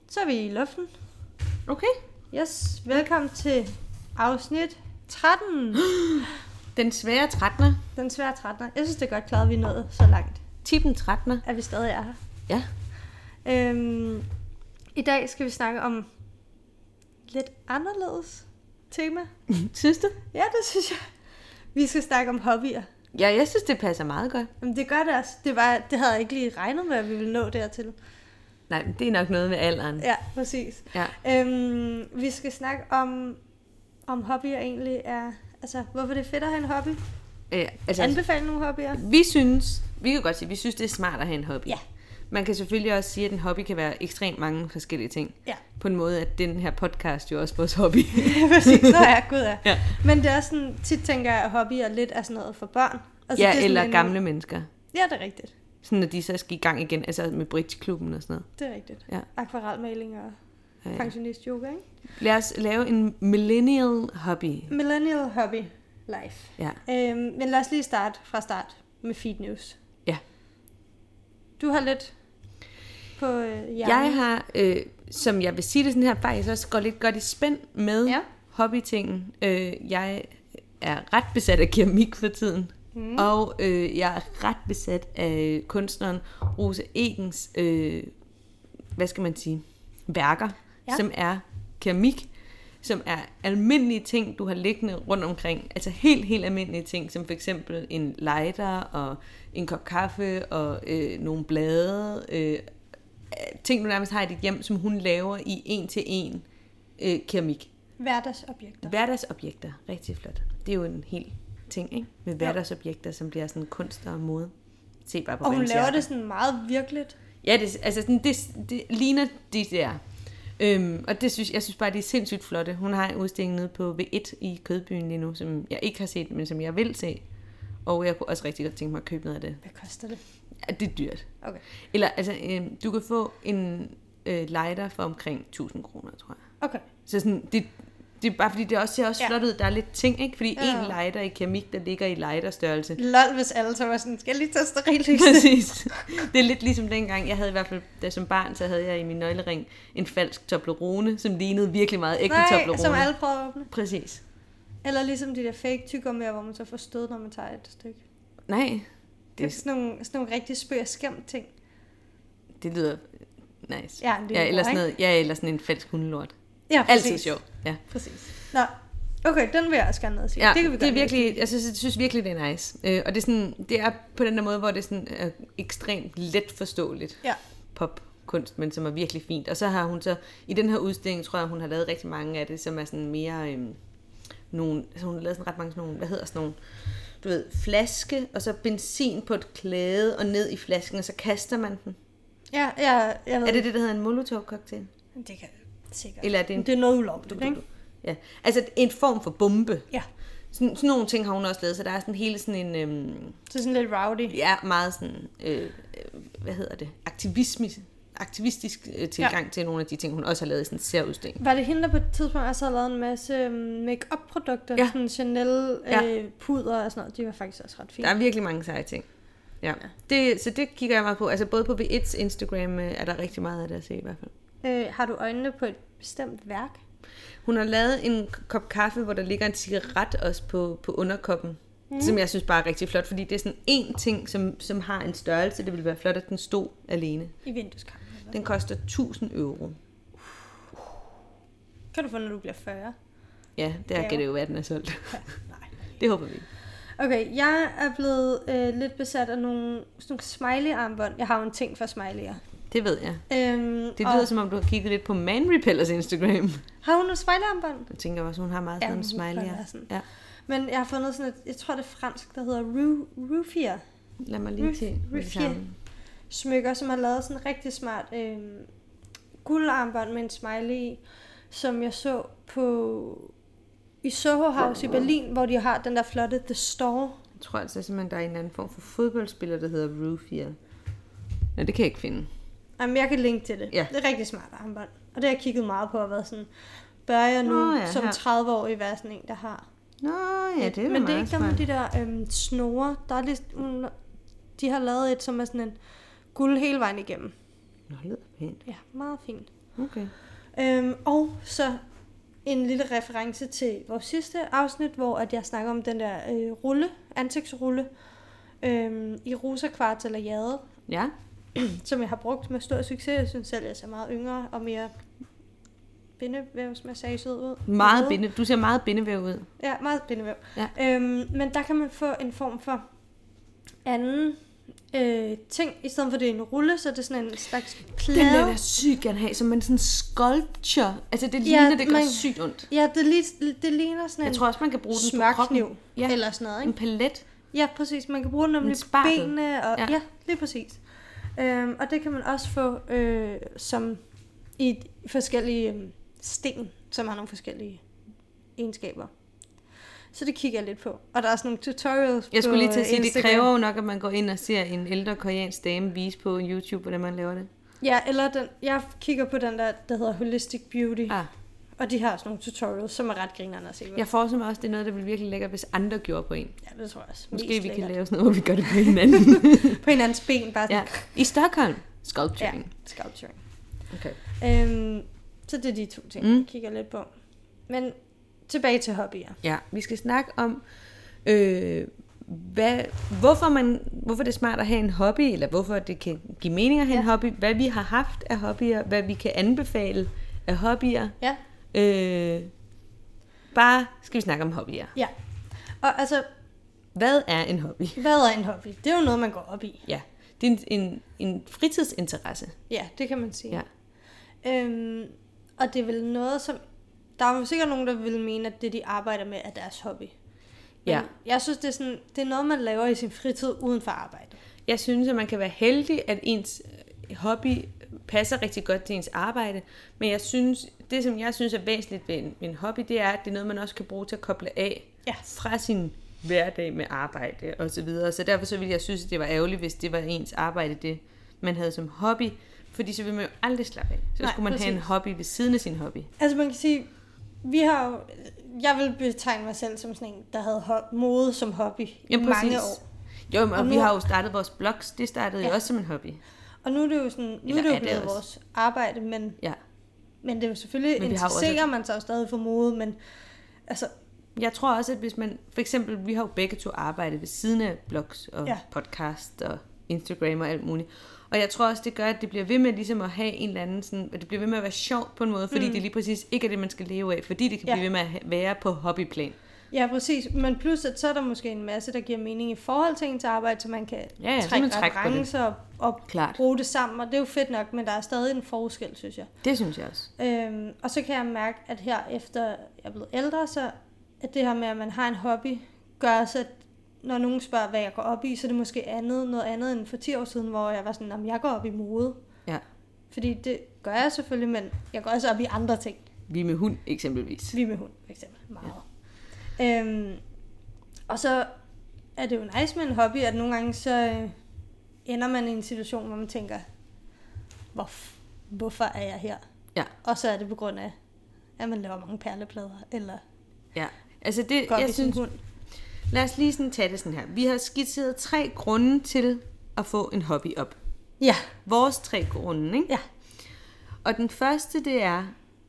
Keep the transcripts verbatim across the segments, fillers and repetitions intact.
Så er vi i luften. Okay. Yes, velkommen til afsnit tretten. Den svære trettener. Den svære trettener. Jeg synes, det er godt klaret, at vi er nået så langt. Tippen trettener. At vi stadig er her. Ja. Øhm, I dag skal vi snakke om lidt anderledes tema. Synes du? Ja, det synes jeg. Vi skal snakke om hobbyer. Ja, jeg synes, det passer meget godt. Jamen, det gør det også. Det, var, det havde jeg ikke lige regnet med, at vi ville nå dertil. Nej, det er nok noget med alderen. Ja, præcis. Ja. Øhm, vi skal snakke om, om hobbyer egentlig er... Altså, hvorfor det er fedt at have en hobby? Ja, altså, Anbefale nogle hobbyer? Vi synes, vi kan godt sige, vi synes, det er smart at have en hobby. Ja. Man kan selvfølgelig også sige, at en hobby kan være ekstremt mange forskellige ting. Ja. På en måde, at den her podcast jo også er vores hobby. Ja, præcis. Nå ja, gud ja. Ja. Men det er sådan, tit tænker jeg, at hobbyer lidt er sådan noget for børn. Altså, Ja, det er eller en... gamle mennesker. Ja, det er rigtigt. Sådan, at de så skal i gang igen, altså med bridgeklubben og sådan noget. Det er rigtigt. Ja. Akvarelmaling og Ja, ja. pensionist yoga, ikke? Lad os lave en millennial hobby. Millennial hobby life. Ja. Øhm, men lad os lige starte fra start med feed news. Ja. Du har lidt på øh, hjernen. Jeg har, øh, som jeg vil sige det sådan her, faktisk også går lidt godt i spænd med Ja. hobbytingen. Øh, jeg er ret besat af keramik for tiden. Mm. Og øh, jeg er ret besat af kunstneren Rose Egens, øh, hvad skal man sige, værker, Ja. som er keramik, som er almindelige ting, du har liggende rundt omkring. Altså helt, helt almindelige ting, som for eksempel en lighter og en kop kaffe og øh, nogle blade. Øh, ting, du nærmest har i dit hjem, som hun laver i en til en øh, keramik. Hverdagsobjekter. Hverdagsobjekter, rigtig flot. Det er jo en hel ting, ikke? Med hverdagsobjekter, som bliver sådan kunst og mode. Se bare på Og hun Vanity laver Art. det sådan meget virkeligt. Ja, det, altså sådan, det, det ligner de der. Øhm, og det synes, jeg synes bare, det er sindssygt flotte. Hun har en udstilling nede på V et i Kødbyen lige nu, som jeg ikke har set, men som jeg vil se. Og jeg kunne også rigtig godt tænke mig at købe noget af det. Hvad koster det? Ja, det er dyrt. Okay. Eller altså, øhm, du kan få en øh, lighter for omkring tusind kroner, tror jeg. Okay. Så sådan, det, det er bare fordi, det også ser også Ja. flot ud. Der er lidt ting, ikke? Fordi Ja. en lighter i keramik, der ligger i lighterstørrelse. Lol, hvis alle så var sådan, skal jeg lige tage stearinlys? Præcis. Det er lidt ligesom dengang, jeg havde i hvert fald, da som barn, så havde jeg i min nøglering en falsk Toblerone, som lignede virkelig meget ægte Nej, Toblerone. som alle prøver at åbne. Præcis. Eller ligesom de der fake tyggegummier, hvor man så får stød, når man tager et stykke. Nej, Det er det, sådan nogle, sådan nogle rigtig spøg og skæmt ting. det lyder nice. Ja, det er ja, eller bra, sådan noget, ja, eller sådan en falsk hundelort. Ja, præcis. Altid sjovt. Ja. Præcis. Nå, okay, den vil jeg også gerne ned og sige. Ja, det kan vi det er godt virkelig, jeg synes, jeg synes virkelig, det er nice. Øh, og det er, sådan, det er på den der måde, hvor det er sådan, er ekstremt let forståeligt. Ja. Popkunst, men som er virkelig fint. Og så har hun så, i den her udstilling, tror jeg, hun har lavet rigtig mange af det, som er sådan mere, øhm, nogle, så hun har lavet sådan ret mange sådan nogle, hvad hedder sådan nogle, du ved, flaske, og så benzin på et klæde, og ned i flasken, og så kaster man den. Ja, ja, jeg ved. Er det det, der hedder en molotov-cocktail? Det kan sikkert. Eller er det en... Det er noget ulovligt, ikke? Ja, altså en form for bombe. Ja. Sådan, sådan nogle ting har hun også lavet, så der er sådan hele sådan en... Øhm, Så sådan lidt rowdy. ja, meget sådan, øh, øh, hvad hedder det, aktivisme, aktivistisk øh, tilgang ja. til nogle af de ting, hun også har lavet i sådan en særudstilling. Var det hende, der på et tidspunkt også havde lavet en masse make-up-produkter? Ja. Sådan Chanel Ja. øh, puder og sådan noget. De var faktisk også ret fine. Der er virkelig mange seje ting. Ja. ja. Det, så det kigger jeg meget på. Altså både på V et's Instagram øh, er der rigtig meget af det at se i hvert fald. Øh, har du øjnene på et bestemt værk? Hun har lavet en kop kaffe, hvor der ligger en cigaret også på, på underkoppen. Mm. Som jeg synes bare er rigtig flot, fordi det er sådan en ting, som, som har en størrelse. Det ville være flot, at den stod alene. I vindueskampen? Eller? Den koster tusind euro. Kan du få, når du bliver fyrre? Ja, der Ja. kan det jo være, den er solgt. Ja, nej. Det håber vi. Okay, jeg er blevet øh, lidt besat af nogle, sådan nogle smiley-armbånd. Jeg har jo en ting for smiley'er. Det ved jeg. Øhm, Det lyder, som om du har kigget lidt på Man Repellers Instagram. Har hun nogle smiley-armbånd? Jeg tænker også, hun har meget sådan Ja, en hun smiley. plejer sådan. Ja. Men jeg har fundet sådan et, jeg tror det er fransk, der hedder Ru, Rufia Lad mig lige Ruf- til med det Rufia. samme. smykker, som har lavet sådan en rigtig smart øh, guldarmbånd med en smiley i, som jeg så på i Soho House i Berlin, hvor de har den der flotte The Store. Jeg tror altså simpelthen, der er en anden form for fodboldspiller, der hedder Rufia. Nej, det kan jeg ikke finde. Jamen, jeg kan linke til det. Ja. Det er rigtig smart armbånd. Og det har jeg kigget meget på og været sådan, bør jeg nu Nå, ja, som her. tredive-årig være sådan en, der har. Nå, ja, det er da Men det er meget ikke der med smart. de der øhm, snore. Der er lidt, mm, de har lavet et, som er sådan en guld hele vejen igennem. Nå, det lyder pænt. Ja, meget fint. Okay. Øhm, og så en lille reference til vores sidste afsnit, hvor at jeg snakker om den der øh, rulle, ansigtsrulle, øh, i rosa kvarts eller jade, Ja. som jeg har brugt med stor succes. Jeg synes selv, jeg ser meget yngre og mere bindevævsmassage ud. Meget binde. Du ser meget bindevæv ud. Ja, meget bindevæv. Ja. Øhm, men der kan man få en form for anden øh, ting, i stedet for det er en rulle, så er det sådan en slags plade. Den der, der sygt gerne have, som man sådan sculpture. Altså det Ja, ligner, det gør man- sygt ondt. Ja, det, lig, det ligner sådan Jeg en tror også, man kan bruge den på kroppen. smørkniv Ja. eller sådan noget, En ikke? palet. Ja, præcis. Man kan bruge den nemlig En på spartel. benene, og Ja. ja, ja lige præcis. Øhm, og det kan man også få øh, som i forskellige øh, sten, som har nogle forskellige egenskaber. Så det kigger jeg lidt på. Og der er også nogle tutorials Jeg skulle på lige til at sige, det Instagram. kræver jo nok, at man går ind og ser en ældre koreansk dame vise på YouTube, hvordan man laver det. Ja, eller den, jeg kigger på den der, der hedder Holistic Beauty. Ah. Og de har også nogle tutorials, som er ret grinerende at se på. Jeg forestiller mig også, det er noget, der ville virkelig lækkert, hvis andre gjorde på en. Ja, det tror jeg også. Måske Mest vi kan lækkert. lave sådan noget, hvor vi gør det på hinanden. På hinandens ben, bare sådan. Ja. I Stockholm. Ja, Sculpturing. sculpturing. Okay. Øhm, så det er de to ting, Mm. jeg kigger lidt på. Men tilbage til hobbyer. Ja, vi skal snakke om, øh, hvad, hvorfor, man, hvorfor det er smart at have en hobby, eller hvorfor det kan give mening at have ja. en hobby, hvad vi har haft af hobbyer, hvad vi kan anbefale af hobbyer. Ja. Øh, bare skal vi snakke om hobbyer. Ja. Og altså, Hvad er en hobby? hvad er en hobby? Det er jo noget, man går op i. Ja, det er en, en, en fritidsinteresse. Ja, det kan man sige. Ja. Øhm, og det er vel noget, som... Der er jo sikkert nogen, der vil mene, at det, de arbejder med, er deres hobby. Men Ja. jeg synes, det er, sådan, det er noget, man laver i sin fritid uden for arbejde. Jeg synes, at man kan være heldig, at ens hobby passer rigtig godt til ens arbejde. Men jeg synes, det som jeg synes er væsentligt ved en, ved en hobby, det er, at det er noget, man også kan bruge til at koble af Ja. fra sin hverdag med arbejde og så videre. Så derfor så ville jeg synes, at det var ærgerligt, hvis det var ens arbejde, det man havde som hobby. Fordi så ville man jo aldrig slappe af. Så Nej, skulle man præcis. have en hobby ved siden af sin hobby. Altså man kan sige, vi har jo... Jeg vil betegne mig selv som sådan en, der havde ho- mode som hobby i Jamen, mange præcis. år. Jo, men, og, Og vi nu- har jo startet vores blogs. Det startede ja. Ja. jo også som en hobby. Og nu er det jo sådan, nu Eller er det jo er det blevet også? vores arbejde, men, Ja. men det er jo selvfølgelig, Men vi har jo interesserer også- man sig jo stadig for mode, men altså, Jeg tror også, at hvis man... For eksempel, vi har jo begge to arbejdet ved siden af blogs og ja. Ja. podcast og Instagram og alt muligt. Og jeg tror også, det gør, at det bliver ved med ligesom at have en eller anden sådan... At det bliver ved med at være sjovt på en måde, fordi mm. det lige præcis ikke er det, man skal leve af. Fordi det kan Ja. blive ved med at ha- være på hobbyplan. ja præcis, men plus at så er der måske en masse, der giver mening i forhold til ens arbejde, så man kan Ja, ja, så trække man trækker på det. referencer og, og Klart. bruge det sammen, og det er jo fedt nok, men der er stadig en forskel, synes jeg. Det synes jeg også. Øhm, og så kan jeg mærke, at her efter jeg er blevet ældre, så at det her med, at man har en hobby, gør også, at når nogen spørger, hvad jeg går op i, så er det måske andet, noget andet end for ti år siden, hvor jeg var sådan, at jeg går op i mode. Ja. Fordi det gør jeg selvfølgelig, men jeg går også op i andre ting. Vi med hund eksempelvis. Vi med hund, for eksempel. Meget. Ja. Øhm, og så er det jo nice med en hobby, at nogle gange så øh, ender man i en situation, hvor man tænker, hvor, hvorfor er jeg her? Ja. Og så er det på grund af, at man laver mange perleplader, eller Ja. Altså det, går op jeg i sin synes... hund. Lad os lige sådan tage det sådan her. Vi har skitseret tre grunde til at få en hobby op. Ja, Vores tre grunde, ikke? ja, Og den første, det er,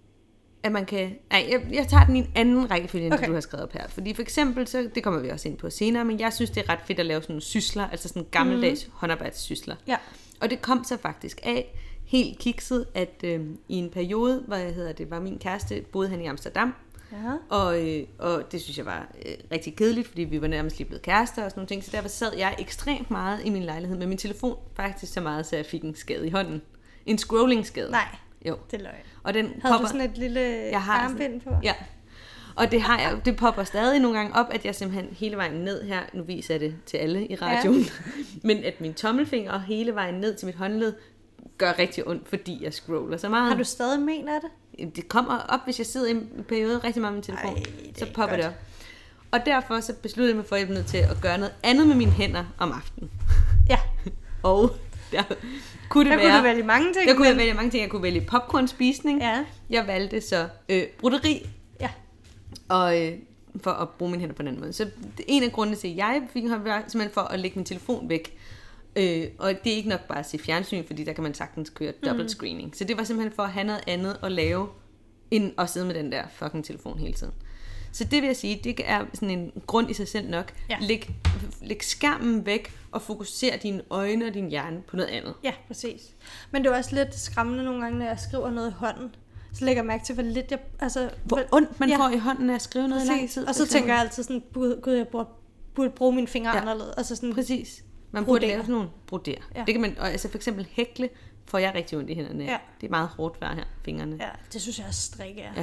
at man kan... Nej, jeg, jeg tager den i en anden rækkefølge, end Okay. okay. du har skrevet op her. Fordi for eksempel, så, det kommer vi også ind på senere, men jeg synes, det er ret fedt at lave sådan nogle sysler, altså sådan gammeldags mm. håndarbejdssysler. ja. Og det kom så faktisk af, helt kikset, at øh, i en periode, hvor jeg hedder det, var min kæreste, boede han i Amsterdam. Ja. Og, øh, og det synes jeg var øh, rigtig kedeligt, fordi vi var nærmest lige blevet kærester og sådan nogle ting. Så derfor sad jeg ekstremt meget i min lejlighed med min telefon, faktisk så meget, så jeg fik en skade i hånden. En scrolling-skade. Nej, Jo. det er løgn. Og den Havde popper, du sådan et lille jeg har armbind på? Ja. Og det, har jeg, det popper stadig nogle gange op, at jeg simpelthen hele vejen ned her, nu viser jeg det til alle i radioen, ja. Men at min tommelfinger hele vejen ned til mit håndled gør rigtig ondt, fordi jeg scroller så meget. Har du stadig men af det? Det kommer op, hvis jeg sidder i en periode rigtig meget med min telefon. Ej, det er så ikke popper godt. det op. Og derfor så besluttede jeg mig for, at jeg blev nødt til at gøre noget andet med mine hænder om aftenen. Ja. Og der kunne det Der være... kunne du vælge mange ting. Der kunne jeg men- vælge mange ting. Jeg kunne vælge popcornspisning. Ja. Jeg valgte så øh, broderi. Ja. Og øh, for at bruge mine hænder på den anden måde. Så det- en af grundene til, at jeg fik en hobby, var simpelthen for at lægge min telefon væk. Øh, og det er ikke nok bare at se fjernsyn, fordi der kan man sagtens køre double screening. Mm. Så det var simpelthen for at have noget andet at lave, end at sidde med den der fucking telefon hele tiden. Så det vil jeg sige, det er sådan en grund i sig selv nok. Ja. Læg, læg skærmen væk og fokuser dine øjne og din hjerne på noget andet. Ja, præcis. Men det er også lidt skræmmende nogle gange, når jeg skriver noget i hånden. Så lægger jeg mærke til, hvor lidt jeg... Altså, hvor hvor, ondt man ja, får i hånden af at skrive noget i lang tid. Og så tænker jeg altid sådan, gud, jeg burde, burde bruge mine fingre ja. anderledes. Altså sådan, præcis. Man burde lave sådan nogle broder. Ja. Det kan man, og altså for eksempel hækle, får jeg rigtig ondt i hænderne. Ja. Det er meget hårdt vær her, fingrene. Ja, det synes jeg også strikke er. Ja.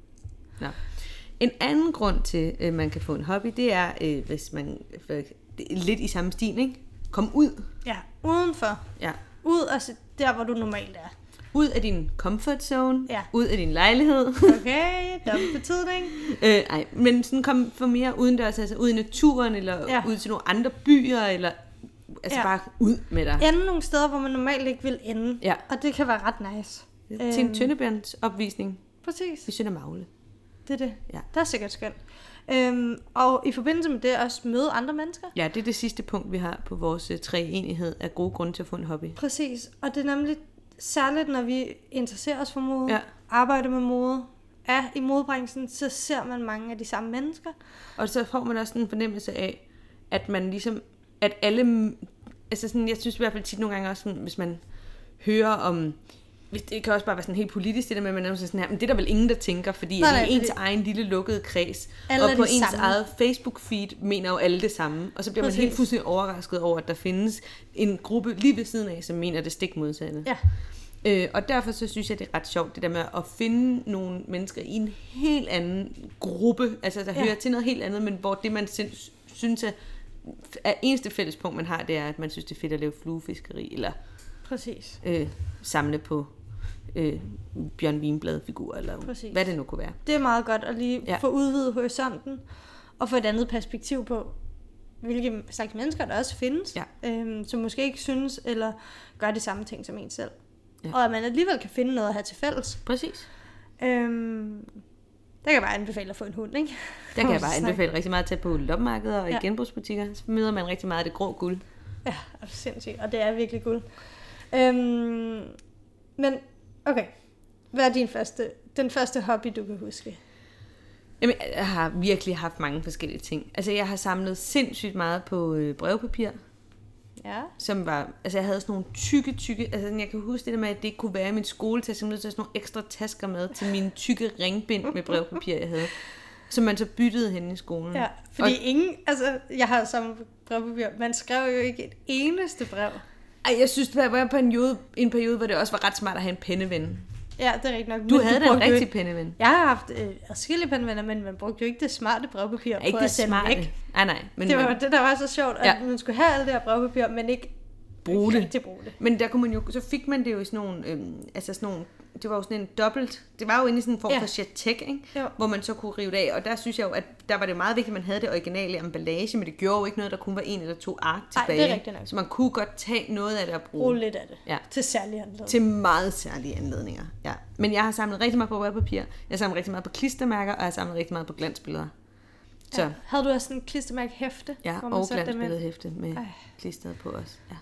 Nå. En anden grund til, at man kan få en hobby, det er, øh, hvis man øh, lidt i samme stil, ikke? Kom ud. Ja, udenfor. Ja. Ud, altså der, hvor du normalt er. Ud af din comfort zone. Ja. Ud af din lejlighed. Okay, dobbelt betydning. øh, ej, men sådan kom for mere udendørs, altså ud i naturen, eller ja. ud til nogle andre byer, eller altså ja. bare ud med dig. Ende nogle steder, hvor man normalt ikke vil ende. Ja. Og det kan være ret nice. Til en Tøndebjergs opvisning. Præcis. I Søndermagle. Det er det. Ja. Det er sikkert skønt. Øhm, og i forbindelse med det også møde andre mennesker. Ja, det er det sidste punkt, vi har på vores uh, treenighed af gode grunde til at få en hobby. Præcis. Og det er nemlig særligt, når vi interesserer os for mode, ja. arbejder med mode, er i modebranchen, så ser man mange af de samme mennesker. Og så får man også en fornemmelse af, at man ligesom, at alle, altså sådan, jeg synes i hvert fald tit nogle gange også, sådan, hvis man hører om, det kan også bare være sådan helt politisk, det der med, at man er sådan her, men det er der vel ingen, der tænker, fordi nej, nej, det er ens fordi... egen lille lukkede kreds. Og på ens samme. eget Facebook-feed mener jo alle det samme. Og så bliver Præcis. man helt fuldstændig overrasket over, at der findes en gruppe lige ved siden af, som mener det stik modsatte. Ja. Øh, og derfor så synes jeg, det er ret sjovt, det der med at finde nogle mennesker i en helt anden gruppe, altså der ja. hører til noget helt andet, men hvor det, man synes er, er eneste fællespunkt, man har, det er, at man synes, det er fedt at lave fluefiskeri, eller Præcis. Øh, samle på øh, Bjørn Wienblad-figurer, eller Præcis. hvad det nu kunne være. Det er meget godt at lige ja. få udvidet horisonten, og få et andet perspektiv på, hvilke slags mennesker der også findes, ja. øhm, som måske ikke synes, eller gør de samme ting som en selv. Ja. Og at man alligevel kan finde noget at have til fælles. Præcis. Øhm, der kan jeg bare anbefale at få en hund, ikke? Der kan jeg bare anbefale rigtig meget at tage på loppemarkeder og ja. i genbrugsbutikker. Så møder man rigtig meget af det grå guld. Ja, det er sindssygt, og det er virkelig guld. Øhm, men, okay. Hvad er din første, den første hobby, du kan huske? Jamen, jeg har virkelig haft mange forskellige ting. Altså, jeg har samlet sindssygt meget på øh, brevpapir. Ja. Som var, altså jeg havde sådan nogle tykke, tykke, altså jeg kan huske det der med, at det ikke kunne være i min skoletaske, så jeg sådan nogle ekstra tasker med til mine tykke ringbind med brevpapir, jeg havde. Som man så byttede hen i skolen. Ja, fordi og, ingen, altså jeg har samme brevpapir, man skrev jo ikke et eneste brev. Ej, jeg synes, det var på en periode, en periode, hvor det også var ret smart at have en penneven. Ja, det er rigtigt nok. Du havde da en rigtig penneven. Jeg har haft øh, forskellige pennevenner, men man brugte jo ikke det smarte brevpapir ja, ikke på at sende smarte. væk. Nej, nej. Men det var man, det, der var så sjovt, at ja. man skulle have alt det her brevpapir, men ikke bruge det. Ikke bruge det. Men der kunne man jo, så fik man det jo i sådan nogle, øhm, altså sådan nogle, det var jo sådan en dobbelt, det var jo inde i sådan en form ja. for chatek, ikke? Hvor man så kunne rive det af, og der synes jeg jo, at der var det meget vigtigt, at man havde det originale emballage, men det gjorde jo ikke noget, der kun var en eller to ark tilbage. Ej, det er rigtigt nok. Så man kunne godt tage noget af det og bruge. Brug lidt af det. Ja. Til særlige anledninger. Til meget særlige anledninger, ja. Men jeg har samlet rigtig meget på brevpapir, jeg har samlet rigtig meget på klistermærker, og jeg har samlet rigtig meget på glansbilleder. Så. Ja. Havde du også sådan en klistermærke-hæfte? Ja, og glansbilledhæfte med Ej. klistret på os, ja.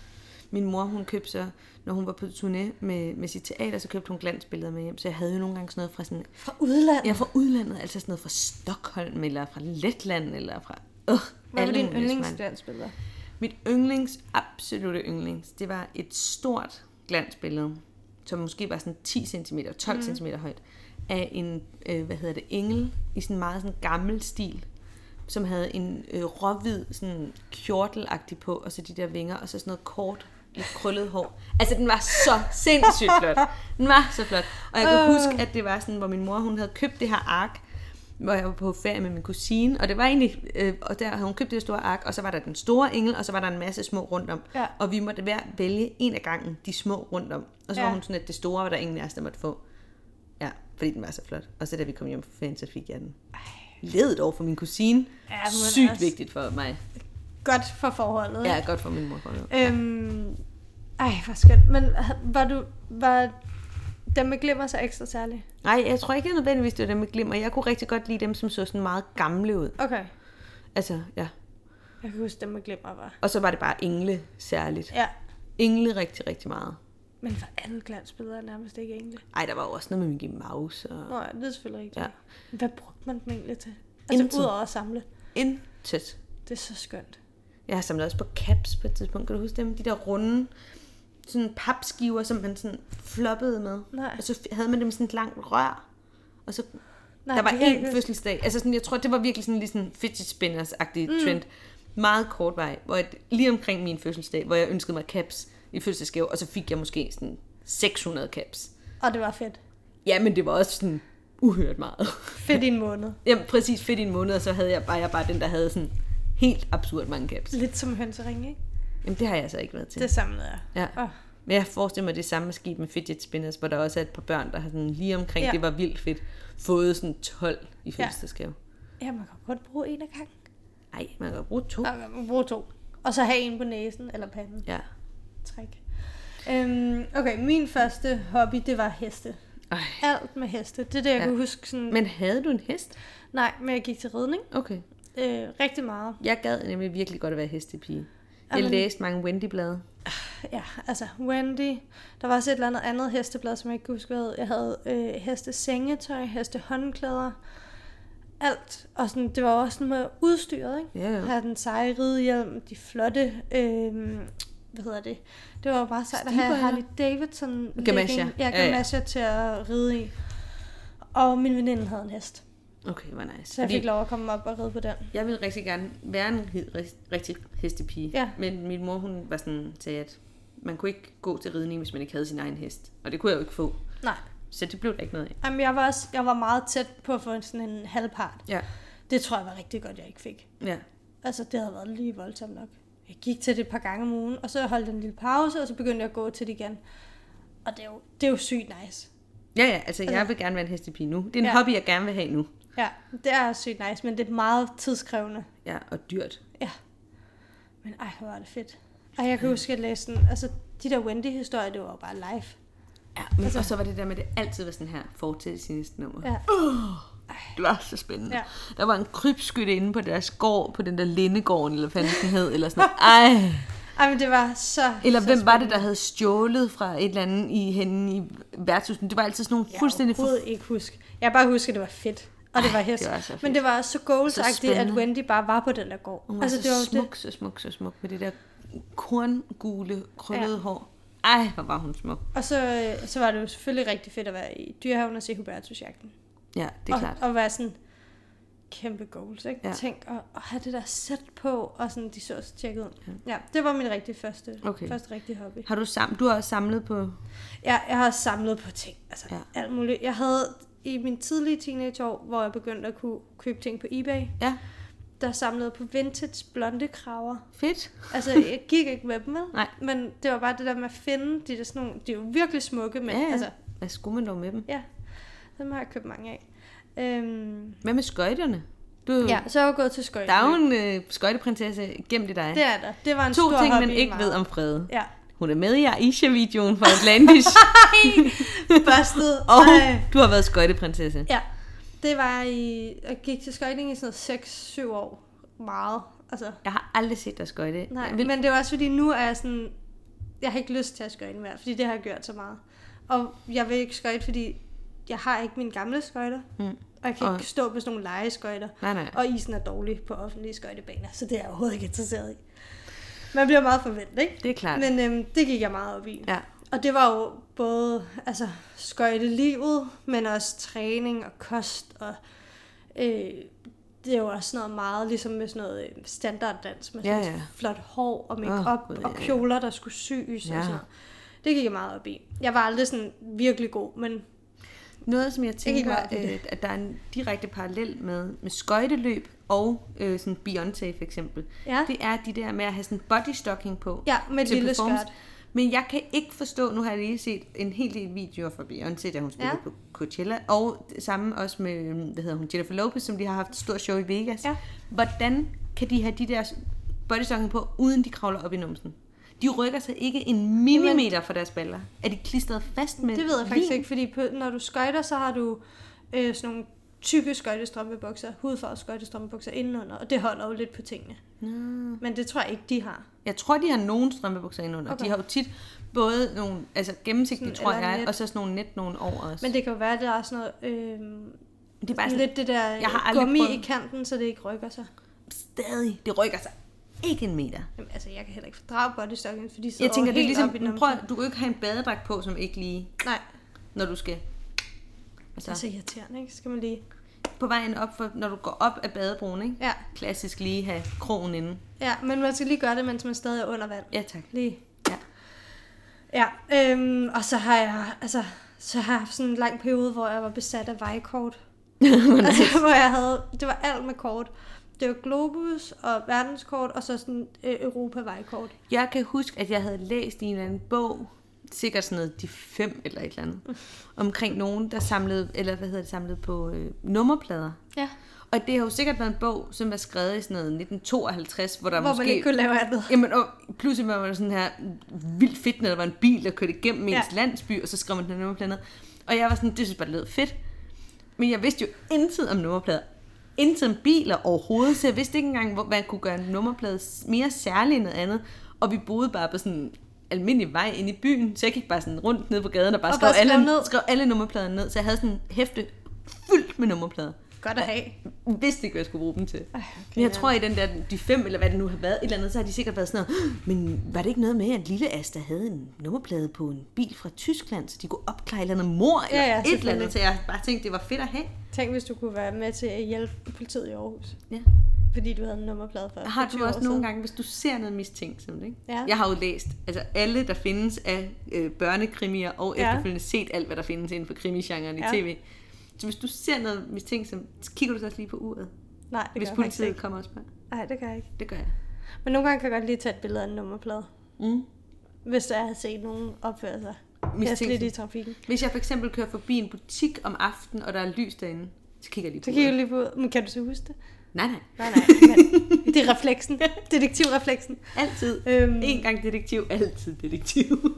Min mor, hun købte så, når hun var på turné med, med sit teater, så købte hun glansbilleder med hjem. Så jeg havde jo nogle gange sådan noget fra sådan... Fra udlandet? Ja, fra udlandet. Altså sådan noget fra Stockholm, eller fra Letland, eller fra... Øh, Hvad var din yndlingsglansbilleder? Mit yndlings, absolutte yndlings, det var et stort glansbillede, som måske var sådan ti centimeter, tolv mm. centimeter højt, af en, øh, hvad hedder det, engel, i sådan meget sådan gammel stil, som havde en øh, råhvid sådan kjortelagtig på, og så de der vinger, og så sådan noget kort, lidt krøllet hår. Altså, den var så sindssygt flot. Den var så flot. Og jeg kan uh. huske, at det var sådan, hvor min mor, hun havde købt det her ark, hvor jeg var på ferie med min kusine, og det var egentlig, øh, og der havde hun købt det store ark, og så var der den store engel, og så var der en masse små rundt om. Ja. Og vi måtte hver vælge en af gangen, de små rundt om. Og så ja. var hun sådan, at det store var der ingen af os, der måtte få. Ja, fordi den var så flot. Og så da vi kom hjem fra ferien, så fik jeg den. Ledet over for min kusine. Ja, sygt også vigtigt for mig. Godt for forholdet. Ja, godt for min mor. Øhm, ej, hvor skønt. Men var du, var dem med glimmer så ekstra særlig? Nej, jeg tror ikke nødvendigvis, det var dem med glimmer. Jeg kunne rigtig godt lide dem, som så sådan meget gamle ud. Okay. Altså, ja. Jeg kan huske, dem med glimmer var. Og så var det bare engle særligt. Ja. Engle rigtig, rigtig meget. Men for alle glansbilleder er nærmest ikke engle. Ej, der var jo også noget med Mickey Mouse. Og... Nå ja, det er selvfølgelig rigtigt. Ja. Hvad brugte man dem egentlig til? Altså Intet. udover at samle. Intet. Det er så skønt. Jeg har samlet også på caps på et tidspunkt. Kan du huske dem? De der runde sådan papskiver, som man sådan floppede med. Nej. Og så havde man dem i sådan et langt rør. Og så Nej, der var det kan jeg én ikke fødselsdag. Altså sådan, jeg tror, det var virkelig sådan lige sådan fidget spinners-agtig Mm. trend. Meget kort vej. Hvor jeg, lige omkring min fødselsdag, hvor jeg ønskede mig caps i fødselsdagsgave. Og så fik jeg måske sådan seks hundrede caps. Og det var fedt. Ja, men det var også sådan uhørt meget. Fedt i en måned. Jamen præcis, fedt i en måned. Og så havde jeg bare, jeg bare den, der havde sådan helt absurd mange caps. Lidt som hønsering, ikke? Jamen det har jeg så ikke været til. Det samlede jeg. Ja. Oh. Men jeg forestiller mig det samme skib med fidget spinners, hvor der også er et par børn, der har sådan lige omkring, Ja. det var vildt fedt, fået sådan tolv i fødselsdagsgave. Ja, man kan godt bruge en af gangen. Nej, man kan godt bruge to. Ja, man kan bruge to. Og så have en på næsen eller panden. Ja. Træk. Øhm, okay, min første hobby, det var heste. Ej. Alt med heste. Det er det, jeg Ja. ja. kunne huske sådan... Men havde du en hest? Nej, men jeg gik til ridning. Okay. Øh, rigtig meget. Jeg gad nemlig virkelig godt at være hestepige. Jeg Jamen- læste mange Wendy-blade. Ja, altså Wendy. Der var også et eller andet andet hesteblad, som jeg ikke kan huske, hvad hed. Jeg havde øh, heste sengetøj, heste håndklæder. Alt. Og sådan, det var også sådan med udstyret, ikke? Ja, ja. Jeg havde den seje ridehjelm, de flotte... Øh, hvad hedder det? Det var jo bare sejt at have Stigbøjler? Harley Davidson Gamasher. legging- Ja, Ja, ja. gamasher til at ride i. Og min veninde havde en hest. Okay, hvor nice. Så jeg fik lov at komme op og ride på den. Jeg ville rigtig gerne være en he- ri- rigtig hestepige. Ja. Men min mor, hun var sådan, sagde, at man kunne ikke gå til ridning, hvis man ikke havde sin egen hest. Og det kunne jeg jo ikke få. Nej. Så det blev der ikke noget af. Jamen, jeg var, også, jeg var meget tæt på at få sådan en halvpart. Ja. Det tror jeg var rigtig godt, jeg ikke fik. Ja. Altså, det havde været lige voldsomt nok. Jeg gik til det et par gange om ugen, og så holdt jeg en lille pause, og så begyndte jeg at gå til det igen. Og det er jo, det er jo sygt nice. Ja, ja, altså jeg vil gerne være en hestepige nu. Det er en Ja. hobby, jeg gerne vil have nu. Ja, det er sygt nice, men det er meget tidskrævende. Ja, og dyrt. Ja. Men ej, hvor var det fedt. Ej, jeg kan huske, at jeg læste sådan, altså, de der Wendy-historier, det var jo bare live. Ja, men Altså- og så var det der med, at det altid var sådan her, fortæl sin næste nummer. Ja. Det var så spændende. Ja. Der var en krybskytte inde på deres gård, på den der Lindegården, eller hvad fanden den hed, eller sådan noget. Ej. Ej, men det var så Eller så hvem var det, spændende. der havde stjålet fra et eller andet i henne i værtshusen? Det var altid sådan nogle Jeg fuldstændig... Jeg overhovedet ikke huske. Jeg kan bare huske, at det var fedt. Og det var hest. det var så fedt. Men det var så goalsagtigt, Så at spændende. Wendy bare var på den der gård. Hun var altså, så det var jo smuk, det. så smuk, så smuk, med det der korngule, krøllede Ja. hår. Ej, hvor var hun smuk. Og så, øh, så var det jo selvfølgelig rigtig fedt at være i Dyrehaven og se Hubertusjagten. Ja, det er og, klart. Og være sådan kæmpe goals, ikke? Ja. Ja. Tænk at, at have det der sæt på, og sådan, de så så tjekket ud. Ja. ja, det var min rigtig første, Okay. første rigtige hobby. Har du, sam- du har også samlet på... Ja, jeg har samlet på ting, altså Ja. ja. alt muligt. Jeg havde i min tidlige teenageår, hvor jeg begyndte at kunne købe ting på eBay, Ja, der samlede jeg på vintage blonde kraver. fedt. Altså, jeg gik ikke med dem, vel? Nej. Men det var bare det der med at finde de der sådan nogle, de er jo virkelig smukke, men Ja, ja. altså, Hvad skulle man dog med dem? ja, dem har jeg købt mange af. Øhm, Hvad med skøjterne? Du, ja, så er jeg gået til skøjte. Der er jo en øh, skøjteprinsesse gemt i dig. Det er der. Det var en To stor ting, hobby man i ikke mig. ved om Frede. Ja. Hun er med i Aisha-videoen fra Atlantis. Busted. Og Ej. du har været skøjteprinsesse. Ja, det var i, jeg gik til skøjting i sådan noget seks syv år. Meget. Altså, Jeg har aldrig set dig skøjte. nej, Jeg vil... men det var også fordi, nu er jeg sådan, jeg har ikke lyst til at skøjte mere, fordi det har jeg gjort så meget. Og jeg vil ikke skøjte, fordi jeg har ikke mine gamle skøjter. Mm. Og jeg kan Og- ikke stå på sådan nogle legeskøjter. Nej, nej. Og isen er dårlig på offentlige skøjtebaner, så det er jeg overhovedet ikke interesseret i. Man bliver meget forventet, ikke? Det er klart. Men øhm, det gik jeg meget op i. Ja. Og det var jo både altså, skøjtelivet, men også træning og kost. Og øh, det er jo også noget meget ligesom med sådan noget øh, standarddans med Ja, sådan ja. flot hår og makeup Åh, oh, Gud, og ja, ja. kjoler, der skulle syes Ja. og sådan noget. Det gik jeg meget op i. Jeg var aldrig sådan virkelig god, men Noget, som jeg tænker, meget op i det. øh, at der er en direkte parallel med, med skøjteløb og øh, sådan Beyoncé for eksempel. ja, Det er de der med at have sådan bodystocking på. ja med et til lille performance. skørt. Men jeg kan ikke forstå, nu har jeg lige set en hel del videoer fra Beyoncé, da hun spillede Ja. på Coachella, og det samme også med, hvad hedder hun, Jennifer Lopez, som de har haft et stort show i Vegas. Ja. Hvordan kan de have de der bodystocking på, uden de kravler op i numsen? De rykker sig ikke en millimeter fra deres baller. Er de klistret fast med Det ved jeg faktisk lim? ikke, fordi på, når du skøjter, så har du øh, sådan nogle tykke skøjtestrømpebukser, hudfarvede skøjtestrømpebukser indenunder, og det holder jo lidt på tingene. Mm. Men det tror jeg ikke, de har. Jeg tror, de har nogle strømpebukser indenunder. Okay. De har jo tit både nogle, altså gennemsigtige, tror jeg, net. Og så sådan nogle net nogen over os. Men det kan jo være, at der er sådan noget, øh, det er bare sådan, lidt det der jeg har gummi prøvet. i kanten, så det ikke rykker sig. Stadig. Det rykker sig ikke en meter. Jamen, altså, jeg kan heller ikke fordrage bodystockings, fordi så jeg tænker, det er ligesom, prøv, du kan jo ikke have en badedragt på, som ikke lige... Nej. Når du skal... Altså, det er så irriterende, ikke? Skal man lige... På vejen op, for, når du går op af badebroen, ikke? Ja. Klassisk lige have krogen inde. Ja, men man skal lige gøre det, mens man stadig er under vand. Ja, tak. Lige. Ja. Ja, øhm, og så har jeg, altså, så har jeg haft sådan en lang periode, hvor jeg var besat af vejkort. altså, hvor jeg havde, det var alt med kort. Det var Globus og verdenskort, og så sådan øh, Europa-vejkort. Jeg kan huske, at jeg havde læst i en eller anden bog, sikkert sådan noget, de fem eller et eller andet, mm. omkring nogen, der samlede, eller hvad hedder det, samlede på øh, nummerplader. Ja. Og det har jo sikkert været en bog, som var skrevet i sådan noget nitten tooghalvtreds, hvor der hvor måske... man ikke kunne lave andet. Jamen, og pludselig var der sådan her vildt fedt, når der var en bil, der kørte igennem ens ja. landsby, og så skrev man den nummerplade ned. Og jeg var sådan, det synes bare, det lød fedt. Men jeg vidste jo intet om nummerplader. Intet om biler overhovedet, så jeg vidste ikke engang, hvor man kunne gøre en nummerplade mere særlig end noget andet. Og vi boede bare på sådan en almindelig vej inde i byen, så jeg gik bare sådan rundt ned på gaden og bare, og skrev, bare skrev, alle, skrev alle nummerplader ned. Så jeg havde sådan en hæfte fyldt med nummerplader. Godt at have. Jeg vidste ikke, hvad jeg skulle bruge dem til. Okay, men jeg tror, i den der, de fem, eller hvad det nu har været, et eller andet, så har de sikkert været sådan noget, men var det ikke noget med, at lille Asta havde en nummerplade på en bil fra Tyskland, så de kunne opklare et eller andet mor, eller ja, ja, et eller andet, så jeg bare tænkte, det var fedt at have. Tænk, hvis du kunne være med til at hjælpe politiet i Aarhus. Ja. Fordi du havde en nummerplade for. Har du også nogle gange, hvis du ser noget mistænksomt, ikke? Ja. Jeg har jo læst, altså alle, der findes af øh, børnekrimier, og ja. efterfølgende set alt, hvad der findes inden for krimigenren i ja. tv. Så hvis du ser noget mistænksomt, så kigger du så også lige på uret. Nej, det hvis gør politiet ikke. kommer og spørger. Nej, det gør jeg ikke. Det gør jeg. Men nogle gange kan jeg godt lige tage et billede af en nummerplade. Mm. Hvis jeg har set nogen opføre sig hæsligt i trafikken. Hvis jeg for eksempel kører forbi en butik om aftenen, og der er lys derinde, så kigger jeg lige på Så kigger jeg lige på uret. Men kan du så huske det? Nej, nej. Nej, nej. Men det er refleksen. Detektivrefleksen. Altid. Øhm. En gang detektiv, altid detektiv.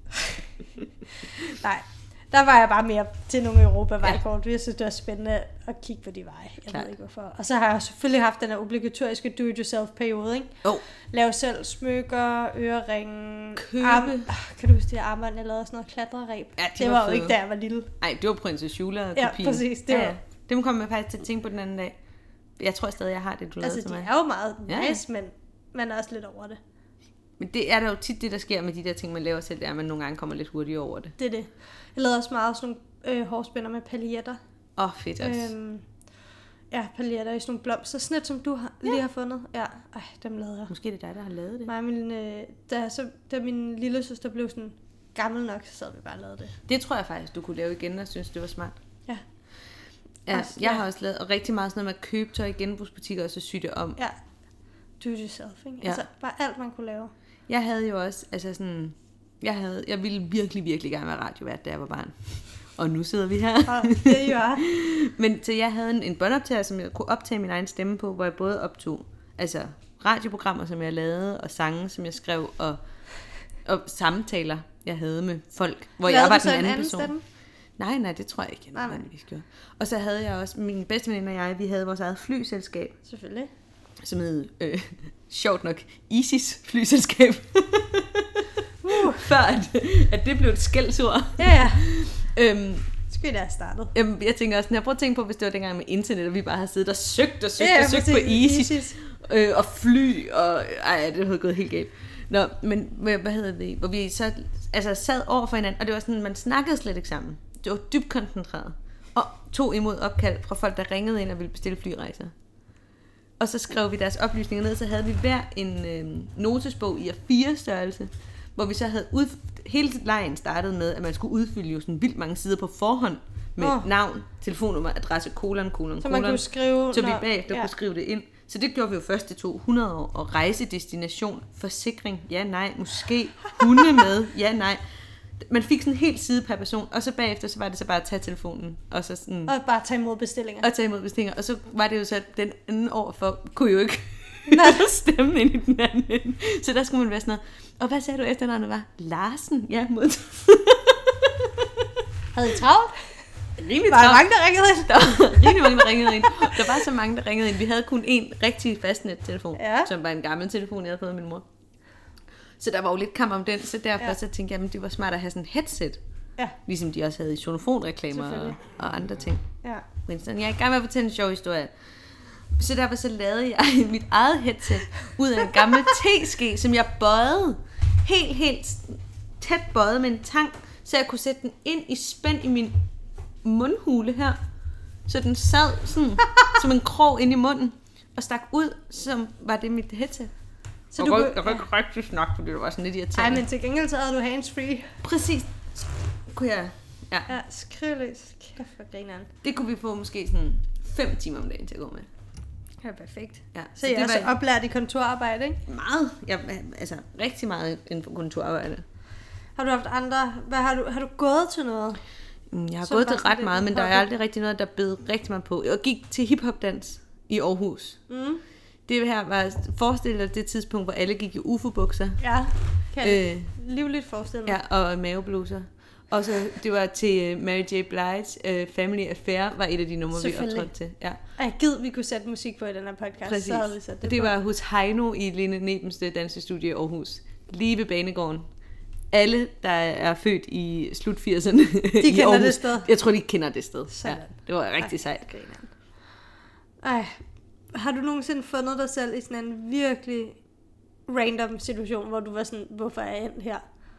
Nej. Der var jeg bare mere til nogle Europa-vejkort. Ja. Jeg synes, det var spændende at kigge på de veje. Jeg Klar. ved ikke hvorfor. Og så har jeg selvfølgelig haft den her obligatoriske do-it-yourself-periode, ikke? Oh. Lave selv smykker, øreringe, købe. Arm... Kan du huske det armbånd, jeg lavede sådan noget klatreræb? Ja, det var, var jo ikke, da jeg var lille. Nej, det var Prinsesse Jula-kopien. Ja, præcis. Det, ja, var... ja. Det kom jeg faktisk til at tænke på den anden dag. Jeg tror stadig, jeg har det, du lavede altså, til mig. Altså, det er jo meget ja. nice, men man er også lidt over det. Men det er der jo tit det, der sker med de der ting, man laver selv, det er, at man nogle gange kommer lidt hurtigere over det. Det er det. Jeg lavede også meget sådan nogle øh, hårspænder med paljetter. Åh, oh, fedt også. Øhm, ja, paljetter i sådan nogle blomster. Sådan et, som du har, ja. lige har fundet. Ja, ej, dem lavede jeg. Måske er det dig, der har lavet det. Nej, min, øh, da, så, da min lille søster blev sådan gammel nok, så sad vi bare og lavede det. Det tror jeg faktisk, du kunne lave igen, og synes, det var smart. Ja. Ja, også, jeg ja. har også lavet og rigtig meget sådan noget med at købe tøj i genbrugsbutikker, og så sy det om. Ja, do it yourself, ikke? Ja. Altså, bare alt, man kunne lave. Jeg havde jo også, altså sådan, jeg havde, jeg ville virkelig, virkelig gerne være radiovært, da jeg var barn. Og nu sidder vi her. Og det er Men så jeg havde en, en båndoptager, som jeg kunne optage min egen stemme på, hvor jeg både optog altså radioprogrammer, som jeg lavede, og sange, som jeg skrev, og, og samtaler, jeg havde med folk, hvor lavede jeg var den anden, anden person. Stemme? Nej, nej, det tror jeg ikke, jeg nødvendigvis gjorde. Og så havde jeg også, min bedste veninde og jeg, vi havde vores eget flyselskab. Selvfølgelig. Som hed, øh, sjovt nok, ISIS flyselskab. uh. Før at, at det blev et skældsord. Ja, ja. øhm, Skulle da have startet. Jamen, jeg tænker også, når jeg prøver at tænke på, hvis det var dengang med internet, og vi bare havde siddet og søgt og søgt ja, og søgt på ISIS. ISIS. Øh, og fly, og ej, det havde gået helt galt. Nå, men hvad hedder det? Hvor vi så altså, sad over for hinanden, og det var sådan, man snakkede slet ikke sammen. Det var dybt koncentreret. Og tog imod opkald fra folk, der ringede ind og ville bestille flyrejser. Og så skrev vi deres oplysninger ned, så havde vi hver en øh, notesbog i A fire størrelse, hvor vi så havde ud, hele lejen startet med, at man skulle udfylde jo sådan vildt mange sider på forhånd, med oh. navn, telefonnummer, adresse, kolon, kolon, så man kolon, kunne skrive, så vi når, bagefter ja. kunne skrive det ind. Så det gjorde vi jo først i to hundrede år, og rejsedestination, forsikring, ja, nej, måske, hunde med, ja, nej. Man fik sådan en hel side per person, og så bagefter, så var det så bare at tage telefonen, og så sådan... Og bare tage imod bestillinger. Og tage imod bestillinger, og så var det jo så, den anden overfor kunne jo ikke stemme ind i den anden. Så der skulle man være sådan noget, og hvad sagde du efter, når det var? Larsen, ja, mod... Havde I travlt? rimelig Var der travlt. mange, der ringede ind? Der var rimelig mange, der ringede ind. Der var så mange, der ringede ind. Vi havde kun én rigtig fastnet-telefon, Ja. som var en gammel telefon, jeg havde fået af min mor. Så der var jo lidt kamp om den, så derfor Ja. så tænkte jeg, at det var smart at have sådan en headset. Ja. Ligesom de også havde i sonofonreklamer og, Selvfølgelig. og andre ting. Ja. Winston, jeg er i gang med at fortælle en sjov historie. Så derfor så lavede jeg mit eget headset ud af en gammel teske, som jeg bøjede helt, helt tæt bøjet med en tang, så jeg kunne sætte den ind i spænd i min mundhule her. Så den sad sådan som en krog ind i munden og stak ud, som var det mit headset. Så og du ryk, kunne- jeg kunne ikke rigtig snakke, fordi det var sådan lidt Ej, irriterende. men til gengæld så havde du handsfree. Præcis. Kunne jeg... Ja. Ja, skriveløs. Kæft for grineren. Det kunne vi få måske sådan fem timer om dagen til at gå med. Ja, perfekt. Ja, Så jeg er det så var oplært i kontorarbejde, ikke? meget, ja, altså rigtig meget inden for kontorarbejde. Har du haft andre... Hvad har du... Har du gået til noget? Mm, Jeg har Så gået bare til sådan ret lidt meget, men der er hobby. aldrig rigtig noget, der bed rigtig meget på. Jeg gik til hiphop-dans i Aarhus. Mm. Det her var, forestil dig det tidspunkt, hvor alle gik i U F O-bukser. Ja. Kan jeg Øh, livligt forestille mig. ja, og mavebluser. Og så det var til uh, Mary J. Blige, uh, Family Affair, var et af de numre, vi Selvfølgelig. optrådte til. Ja, Ej, gid, vi kunne sætte musik på i den her podcast. præcis. Så havde vi sat det, det på. var hos Heino i Lene Nebens dansestudie i Aarhus. Lige ved banegården. Alle, der er født i slut firserne De i kender Aarhus, det sted. Jeg tror, de kender det sted. Sådan. Ja, det var rigtig Ej, sejt. grineren. Ej, har du nogensinde fundet dig selv i sådan en virkelig random situation, hvor du var sådan, hvorfor er jeg endt her?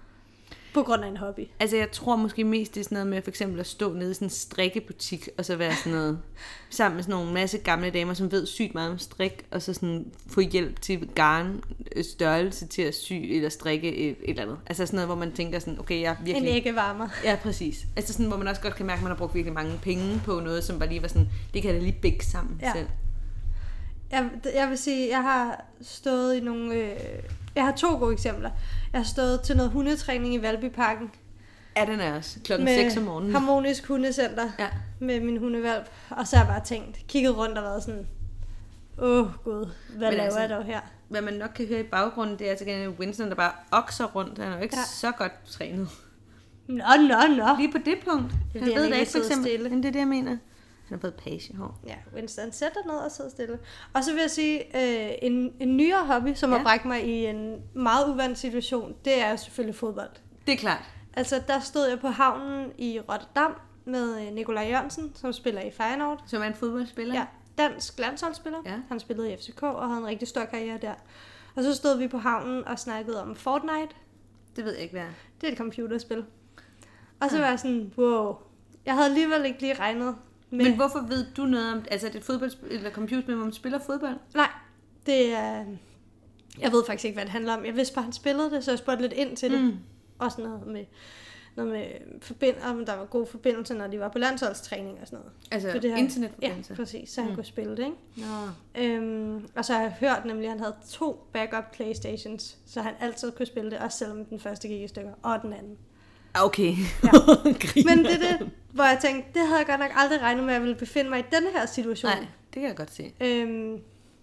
På grund af en hobby. Altså, jeg tror måske mest, det er sådan noget med for eksempel at stå nede i sådan en strikkebutik, og så være sådan noget, sammen med sådan nogle masse gamle damer, som ved sygt meget om strik, og så sådan få hjælp til garn, øh, størrelse til at sy eller strikke et, et eller andet. Altså sådan noget, hvor man tænker sådan, okay, jeg er En virkelig... æggevarmer. Ja, præcis. Altså sådan, hvor man også godt kan mærke, at man har brugt virkelig mange penge på noget, som bare lige var sådan, det kan jeg da lige bække sammen Ja. selv. Jeg, jeg vil sige, jeg har stået i nogle... Øh, jeg har to gode eksempler. Jeg har stået til noget hundetræning i Valbyparken. Ja, den er også klokken seks om morgenen. Harmonisk Hundecenter Ja. med min hundevalp. Og så har jeg bare tænkt, kigget rundt og været sådan, åh oh, gud, hvad Men laver altså, jeg dog her? Hvad man nok kan høre i baggrunden, det er til gengæld Winston, der bare okser rundt. Han er jo ikke Ja. ja. så godt trænet. Nå, nå, nå. Lige på det punkt. Det er Han det, ved han det ikke ikke, for sidder eksempel. stille. Men det er det, jeg mener. Han har fået pagehår. Ja, Winston, sæt dig ned og sidde stille. Og så vil jeg sige, øh, en, en nyere hobby, som ja. Ja. har bragt mig i en meget uvandt situation, det er jo selvfølgelig fodbold. Det er klart. Altså, der stod jeg på havnen i Rotterdam med øh, Nikolaj Jørgensen, som spiller i Feyenoord. Som er en fodboldspiller. Ja, dansk landsholdsspiller. Ja. Han spillede i F C K og havde en rigtig stor karriere der. Og så stod vi på havnen og snakkede om Fortnite. Det ved jeg ikke, hvad er. Det er et computerspil. Og så Ja. var jeg sådan, wow. Jeg havde alligevel ikke lige regnet med... Men hvorfor ved du noget om, altså er det et fodboldspil eller computerspil, hvor man spiller fodbold? Nej, det er... Jeg ved faktisk ikke, hvad det handler om. Jeg vidste bare, han spillede det, så jeg spurgte lidt ind til det. Mm. Også noget med, noget med forbind, om der var god forbindelse, når de var på landsholdstræning og sådan noget. Altså For det her- internetforbindelse? Ja, præcis, så han Mm. kunne spille det, ikke? Nå. Øhm, og så har jeg hørt nemlig, at han havde to backup Playstations, så han altid kunne spille det, også selvom den første gik i stykker, og den anden. Okay. Ja. Griner. Men det er det, hvor jeg tænkte, det havde jeg godt nok aldrig regnet med, at jeg ville befinde mig i denne her situation. Nej, det kan jeg godt se. Øhm,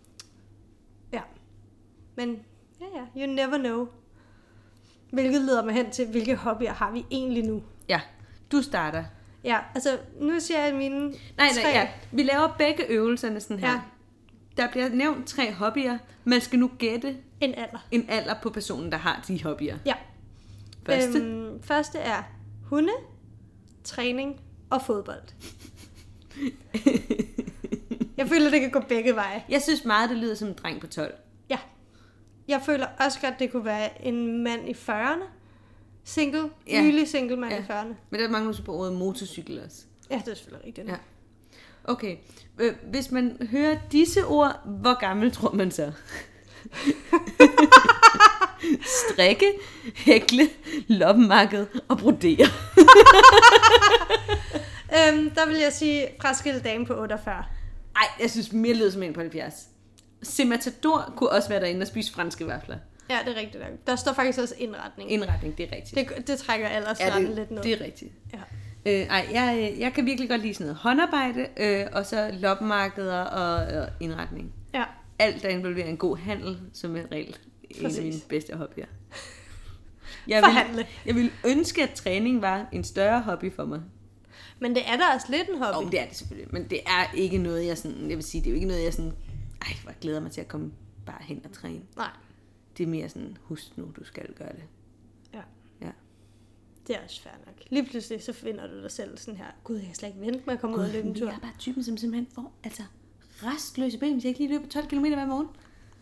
ja. Men, ja ja, you never know. Hvilket leder mig hen til, hvilke hobbyer har vi egentlig nu? Ja, du starter. Ja, altså, nu siger jeg mine Nej, nej, tre... ja. Vi laver begge øvelserne sådan her. Ja. Der bliver nævnt tre hobbyer. Man skal nu gætte En alder. en alder på personen, der har de hobbyer. Ja. Første. Øhm, første er hunde, træning og fodbold. Jeg føler, det kan gå begge veje. Jeg synes meget, det lyder som en dreng på tolv. Ja. Jeg føler også godt, det kunne være en mand i fyrrerne. Single. Ja. Nylig single mand Ja. i fyrrerne. Men der mangler så på ordet motorcykel også. Ja, det er selvfølgelig rigtigt. Ja. Okay. Øh, Hvis man hører disse ord, hvor gammel tror man så? Strikke, hækle, loppemarked og brodere. Øhm, der vil jeg sige fraskilte dame på otteogfyrre. Ej, jeg synes mere lyder som en på halvfjerds. Sematador kunne også være derinde og spise franske vafler. Ja, det er rigtigt nok. Der står faktisk også indretning. Indretning, det er rigtigt. Det, det trækker Ja, aldersgraden det, lidt ned. det er rigtigt. Ja. Øh, ej, jeg, jeg kan virkelig godt lide sådan noget håndarbejde, øh, og så loppemarkeder og, og indretning. Ja. Alt, der involverer en god handel, som er regel en Præcis. af mine bedste hobbyer. Jeg vil, Forhandle. jeg vil ønske, at træning var en større hobby for mig. Men det er da også lidt en hobby. Jo, det er det selvfølgelig. Men det er ikke noget, jeg sådan... Jeg vil sige, det er jo ikke noget, jeg sådan... Ej, hvor glæder mig til at komme bare hen og træne. Nej. Det er mere sådan, husk nu, du skal gøre det. Ja. Ja. Det er også fair nok. Lige pludselig så finder du dig selv sådan her, gud, jeg kan slet ikke vente med at komme God, ud og løbe en tur. Jeg er bare typen, som simpelthen får altså restløse ben, hvis jeg ikke lige løber tolv kilometer hver morgen.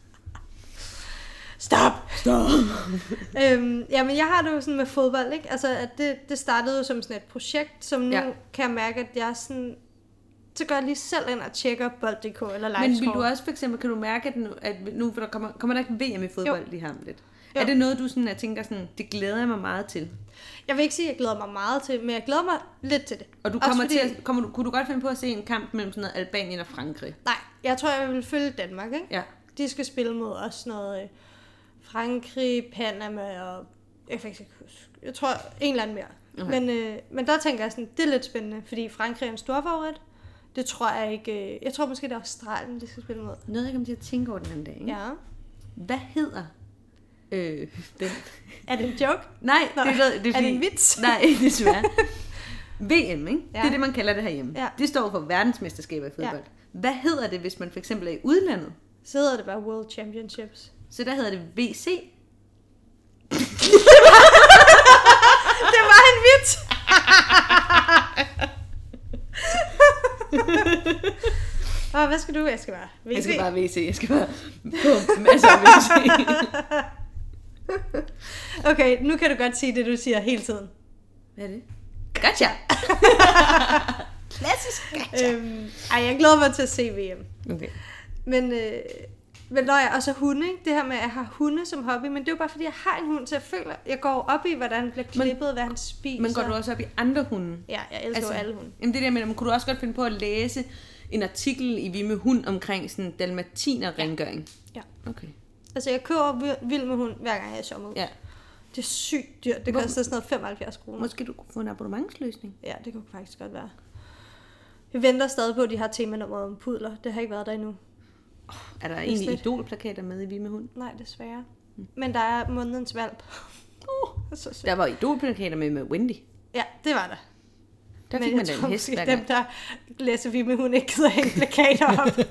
Stop! Stop! øhm, jamen, jeg har det jo sådan med fodbold, ikke? Altså, at det, det startede jo som sådan et projekt, som nu ja. kan jeg mærke, at jeg sådan... Så går jeg lige selv ind og tjekker bold punktum d k eller Livescore. Men vil du også for eksempel, kan du mærke, at nu, at nu for der kommer, kommer der ikke V M i fodbold jo. lige her om lidt? Jo. Er det noget, du sådan, jeg tænker sådan, det glæder jeg mig meget til? Jeg vil ikke sige, at jeg glæder mig meget til, men jeg glæder mig lidt til det. Og du kommer fordi... til at, kommer du, kunne du godt finde på at se en kamp mellem sådan noget Albanien og Frankrig? Nej, jeg tror, jeg vil følge Danmark, ikke? Ja. De skal spille mod også noget... Frankrig, Panama og... Jeg kan faktisk ikke huske. Jeg tror, en eller anden mere. Okay. Men, øh, men der tænker jeg sådan, det er lidt spændende, fordi Frankrig er en stor favorit. Det tror jeg ikke... Øh, jeg tror måske, det er Australien, de skal spille mod. Noget, jeg kommer til at tænke over den anden dag, ikke? Ja. Hvad hedder øh, den? Er det en joke? Nej, det er, det, det er, er det en vits? Nej, desværre. V M, ikke? Ja. Det er det, man kalder det herhjemme. Ja. Det står for verdensmesterskaber i fodbold. Ja. Hvad hedder det, hvis man for eksempel er i udlandet? Så hedder det bare World Championships. Så der hedder det V C. Det var en vits! Åh, hvad skal du? Jeg skal bare V C. Jeg skal bare V C. Jeg skal bare på masser af V C. Okay, nu kan du godt sige det, du siger hele tiden. Hvad er det? Gotcha! Klassisk gotcha! Øhm, ej, jeg glæder mig til at se V M. Okay. Men, øh, men når jeg også har hunde, ikke? Det her med, at jeg har hunde som hobby, men det er jo bare fordi, jeg har en hund, så jeg føler, jeg går op i, hvordan han bliver klippet, men, hvad han spiser. Men går du også op i andre hunde? Ja, jeg elsker altså, jo alle hunde. Jamen det der med, men kunne du også godt finde på at læse en artikel i Vi med Hund omkring sådan dalmatiner-rengøring? Ja. Okay. Altså jeg køber vild med hund, hver gang jeg er i sommerhus. Ja. Det er sygt dyrt. Det koster sådan noget femoghalvfjerds kroner. Måske du kunne få en abonnementsløsning? Ja, det kunne faktisk godt være. Vi venter stadig på, at de har temanummeret om pudler. Det har ikke været der endnu. Oh, er der egentlig slet... idolplakater med i Vi med Hund? Nej, desværre. Hmm. Men der er månedens valp. Uh, så der var idolplakater med med Wendy. Ja, det var der. Der fik men man den hest. Dem, der læser Vi med Hund, ikke gider hænge plakater op.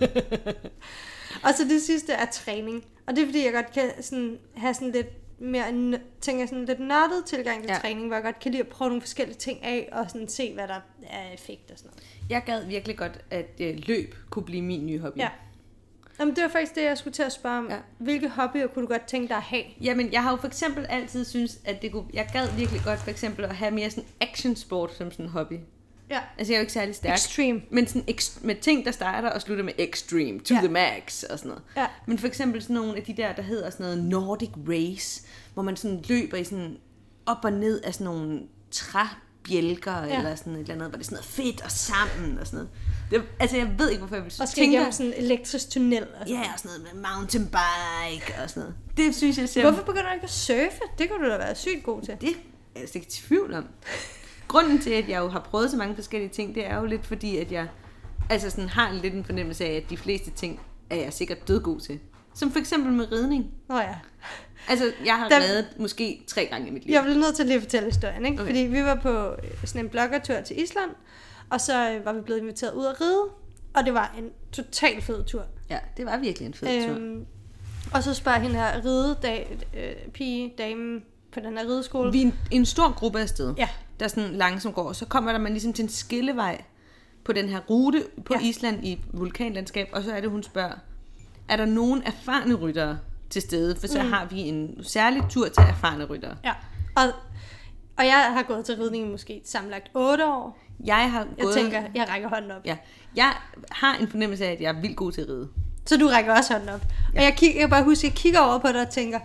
Og så det sidste er træning. Og det er fordi, jeg godt kan sådan, have sådan lidt mere, tænker sådan lidt nørdet tilgang til ja. træning, hvor jeg godt kan lide at prøve nogle forskellige ting af, og sådan se, hvad der er effekt og sådan noget. Jeg gad virkelig godt, at øh, løb kunne blive min nye hobby. Ja. Jamen, det var faktisk det, jeg skulle til at spørge om. Ja. Hvilke hobbyer kunne du godt tænke dig at have? Jamen, jeg har jo for eksempel altid synes, at det kunne, jeg gad virkelig godt for eksempel at have mere sådan actionsport som sådan en hobby. Ja. Altså, jeg er jo ikke særlig stærk. Extreme. Men sådan ekst- med ting, der starter og slutter med extreme, to ja. the max og sådan noget. Ja. Men for eksempel sådan nogle af de der, der hedder sådan noget Nordic Race, hvor man sådan løber i sådan op og ned af sådan nogle træbjælker, ja. eller sådan et eller andet, hvor det er sådan noget fedt og sammen og sådan noget. Det, altså, jeg ved ikke, hvorfor jeg vil og skal igennem sådan en elektrisk tunnel. Og sådan. Ja, og sådan noget med mountain bike og sådan noget. Det synes jeg selv. Hvorfor begynder du ikke at surfe? Det kunne du da være sygt god til. Det er jeg ikke i tvivl om. Grunden til, at jeg jo har prøvet så mange forskellige ting, det er jo lidt fordi, at jeg altså sådan har lidt en fornemmelse af, at de fleste ting er jeg sikkert dødgod til. Som for eksempel med ridning. Nå ja. Altså, jeg har Den... reddet måske tre gange i mit liv. Jeg bliver nødt til at lige fortælle historien, ikke? Okay. Fordi vi var på sådan en bloggertur til Island, og så var vi blevet inviteret ud at ride, og det var en total fed tur. Ja, det var virkelig en fed tur. Øhm, og så spørger hende her ridedag, øh, pige, dame på den her rideskole. Vi er en, en stor gruppe af sted, ja. der sådan langsomt går, så kommer der man ligesom til en skillevej på den her rute på ja. Island i vulkanlandskab, og så er det, hun spørger, er der nogen erfarne ryttere til stede? For så mm. har vi en særlig tur til erfarne ryttere. Ja, og, og jeg har gået til ridning måske sammenlagt otte år. Jeg har jeg gået... tænker, jeg rækker hånden op. Ja, jeg har en fornemmelse af, at jeg er vildt god til at ride. Så du rækker også hånden op. Ja. Og jeg, kig, jeg bare husker, jeg kigger over på dig og tænker,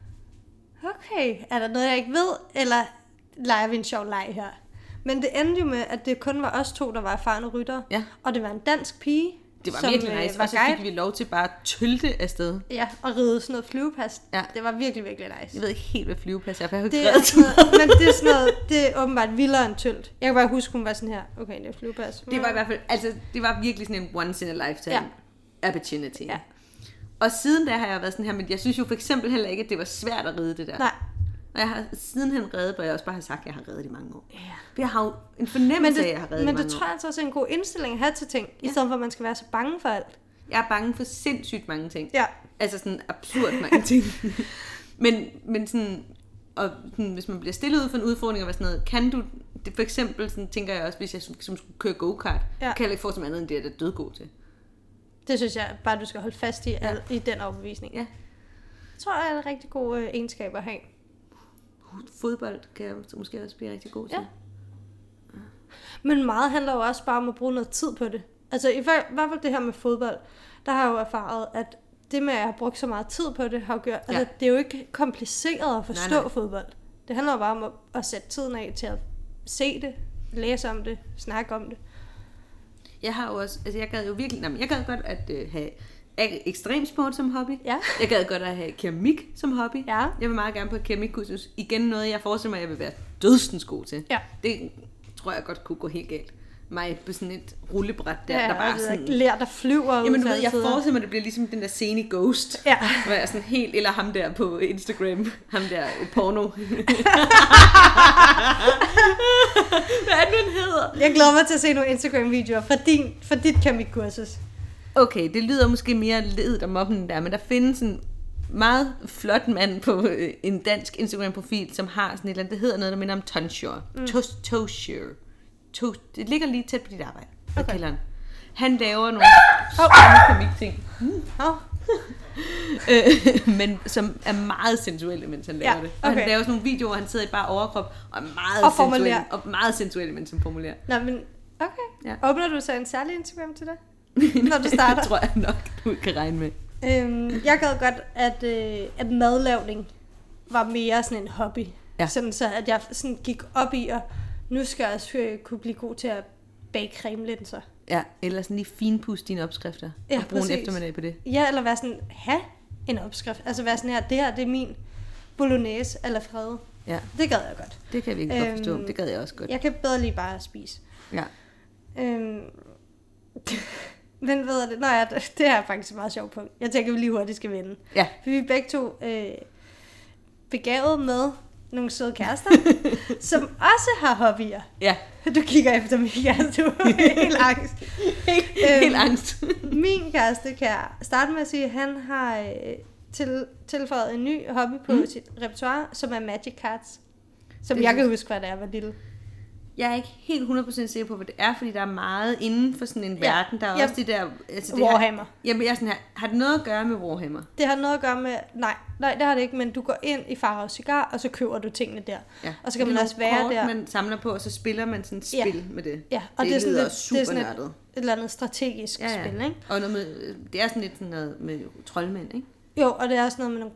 okay, er der noget, jeg ikke ved, eller leger vi en sjov leg her? Men det endte jo med, at det kun var os to, der var erfarne ryttere. Ja. Og det var en dansk pige. Det var som virkelig nice, og så fik vi lov til bare at tylte afsted. Ja, og ride sådan noget flyvepas. Ja. Det var virkelig, virkelig nice. Jeg ved ikke helt, hvad flyvepas er, for jeg har ikke det er noget, men det er sådan noget, det er åbenbart vildere end tylt. Jeg kan bare huske, hun var sådan her, okay, det er flyvepas. Det var i hvert fald, altså, det var virkelig sådan en once in a lifetime ja. opportunity. Ja. Og siden da har jeg været sådan her, men jeg synes jo for eksempel heller ikke, at det var svært at ride det der. Nej. Og jeg har sidenhen reddet, hvor jeg også bare har sagt, at jeg har reddet i mange år. Ja. For jeg har jo en fornemmelse af, at jeg har reddet i mange år. Men det tror jeg altså også er en god indstilling at have til ting, ja. I stedet for at man skal være så bange for alt. Jeg er bange for sindssygt mange ting. Ja. Altså sådan absurd mange ting. men, men sådan, og sådan, hvis man bliver stillet ud for en udfordring, og sådan noget, kan du, det for eksempel, sådan, tænker jeg også, hvis jeg som, som skulle køre go-kart, ja. Kan jeg ikke få som andet end det, jeg er dødgod til. Det synes jeg bare, du skal holde fast i, ja. I den overbevisning. Ja. Jeg tror, jeg er en rigtig god øh, egenskab at have. Fodbold kan jeg måske også blive rigtig god til. Ja. Ja. Men meget handler jo også bare om at bruge noget tid på det. Altså i hvert fald det her med fodbold, der har jeg jo erfaret, at det med at have brugt så meget tid på det, har jo gjort, ja. Altså det er jo ikke kompliceret at forstå nej, nej. Fodbold. Det handler jo bare om at, at sætte tiden af til at se det, læse om det, snakke om det. Jeg har jo også, altså jeg gad jo virkelig, nej, jeg gad godt at øh, have ekstremsport som hobby. Ja. Jeg gad godt at have keramik som hobby. Ja. Jeg vil meget gerne på et keramikkursus. Igen noget, jeg forestiller mig, at jeg vil være dødsens god til. Ja. Det tror jeg godt kunne gå helt galt. Mig på sådan et rullebræt der, ja, der bare sådan... lær, der flyver ud. Jamen du ved, jeg forestiller mig, at det bliver ligesom den der scene i Ghost. Ja. Hvor jeg er sådan helt, eller ham der på Instagram. Ham der porno. Hvad er det, den hedder? Jeg glæder mig til at se nogle Instagram-videoer fra, din, fra dit keramikkursus. Okay, det lyder måske mere ledet om mobben der, men der findes en meget flot mand på en dansk Instagram-profil, som har sådan et eller andet, det hedder noget, der minder om tonsure. Mm. Tonsure. To, det ligger lige tæt på dit arbejde. Okay. Kælderen. Han laver nogle spændende komik-ting. Mm. Oh. men som er meget sensuelle, mens han laver ja, det. Og okay. Han laver sådan nogle videoer, hvor han sidder i bare overkrop, og er meget og sensuelle, og meget sensuelle, mens han formulerer. Nå, men okay. Ja. Åbner du så en særlig Instagram til det, når du starter? Det tror jeg nok, du kan regne med. Øhm, jeg gad godt, at, øh, at madlavning var mere sådan en hobby. Ja. Sådan så, at jeg sådan gik op i, og nu skal jeg også øh, kunne blive god til at bage cremelinser. Ja, eller sådan lige finpudse dine opskrifter. Ja, og bruge præcis. En eftermiddag på det. Ja, eller være sådan, have en opskrift. Altså være sådan her, det her, det er min bolognese eller frede. Ja. Det gad jeg godt. Det kan jeg virkelig øhm, godt forstå. Det gad jeg også godt. Jeg kan bedre lige bare at spise. Ja. Øhm, men ved jeg det? Nå ja, det er faktisk et meget sjovt punkt. Jeg tænker, vi lige hurtigt skal vende. Ja. For vi er begge to øh, begavet med nogle søde kærester, som også har hobbyer. Ja. Du kigger efter min kæreste, du er helt angst. Helt, øhm, helt angst. Min kæreste, kan jeg starte med at sige, at han har øh, til, tilføjet en ny hobby på mm. sit repertoire, som er Magic Cards. Som det jeg kan huske, hvad det er, var lille. Jeg er ikke helt hundrede procent sikker på, hvad det er, fordi der er meget inden for sådan en ja. Verden. Der er ja. Også det der... Altså det Warhammer. Her, jamen jeg er sådan her, har det noget at gøre med Warhammer? Det har noget at gøre med... Nej, nej, det har det ikke, men du går ind i Farao Cigar, og så køber du tingene der. Ja. Og så kan man også være kort, der... man samler på, og så spiller man sådan et spil ja. Med det. Ja, og det, det er sådan lidt, super det er sådan nørdet. Et, et eller andet strategisk ja, ja. Spil, ikke? Og noget med, det er sådan lidt sådan noget med troldmænd, ikke? Jo, og det er også noget med nogle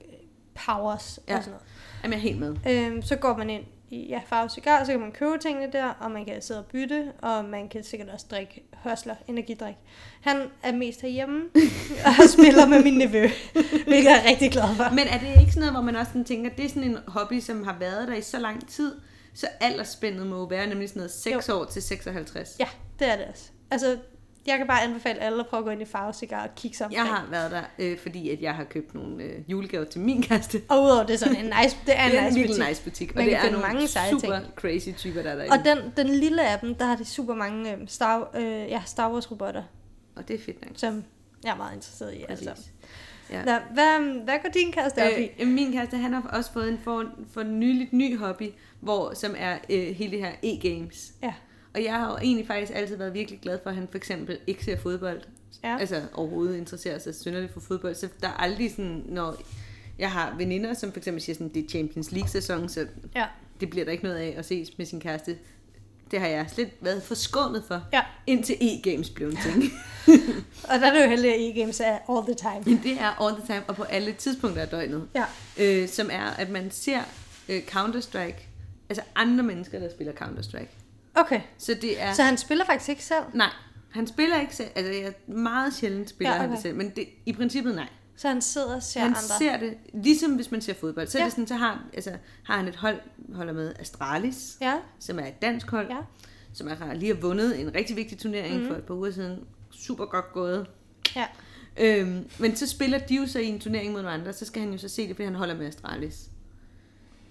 powers ja. Og sådan noget. Jamen jeg er helt med. Øhm, så går man ind i ja, Farao Cigar, så kan man købe tingene der, og man kan sidde og bytte, og man kan sikkert også drikke hørsler, energidrik. Han er mest herhjemme, og spiller med min nevø, hvilket jeg er rigtig glad for. Men er det ikke sådan noget, hvor man også sådan tænker, det er sådan en hobby, som har været der i så lang tid, så aldersspændet må jo være nemlig sådan noget seks år til seksoghalvtreds. Ja, det er det også. Altså, jeg kan bare anbefale alle at prøve at gå ind i Farao Cigar og kigge sig omkring. Jeg har været der, øh, fordi at jeg har købt nogle øh, julegaver til min kæreste. Og udover det er sådan en nice, det er en, det er nice, en butik. nice butik. Man og det er nogle mange super ting. Crazy typer, der er derinde. Og den, den lille af dem, der har de super mange øh, Star, øh, ja, Star Wars robotter. Og det er fedt nok. Som jeg er meget interesseret i. Altså. Ja. Nå, hvad, hvad går din kæreste op i? Øh, min kæreste, han har også fået en for, for nyligt ny hobby, hvor, som er øh, hele det her e-games. Ja. Og jeg har jo egentlig faktisk altid været virkelig glad for, at han for eksempel ikke ser fodbold. Ja. Altså overhovedet interesserer sig synderligt for fodbold. Så der er aldrig sådan, når jeg har veninder, som for eksempel siger sådan, det er Champions League-sæson, så ja. Det bliver der ikke noget af at ses med sin kæreste. Det har jeg slet været forskånet for, ja. Indtil e-games blev en ting. Og der er det jo heldigt, at e-games er all the time. Det er all the time, og på alle tidspunkter af døgnet. Ja. Øh, som er, at man ser øh, Counter-Strike, altså andre mennesker, der spiller Counter-Strike. Okay, så, det er, så han spiller faktisk ikke selv? Nej, han spiller ikke selv. Altså, jeg meget sjældent spiller ja, okay. han det selv, men det, i princippet nej. Så han sidder og ser han andre? Han ser det, ligesom hvis man ser fodbold. Så, ja. Er det sådan, så har, altså, har han et hold, holder med Astralis, ja. Som er et dansk hold, ja. Som er, lige har vundet en rigtig vigtig turnering mm. for et par uger siden. Super godt gået. Ja. Øhm, men så spiller de jo så i en turnering mod nogle andre, så skal han jo så se det, fordi han holder med Astralis.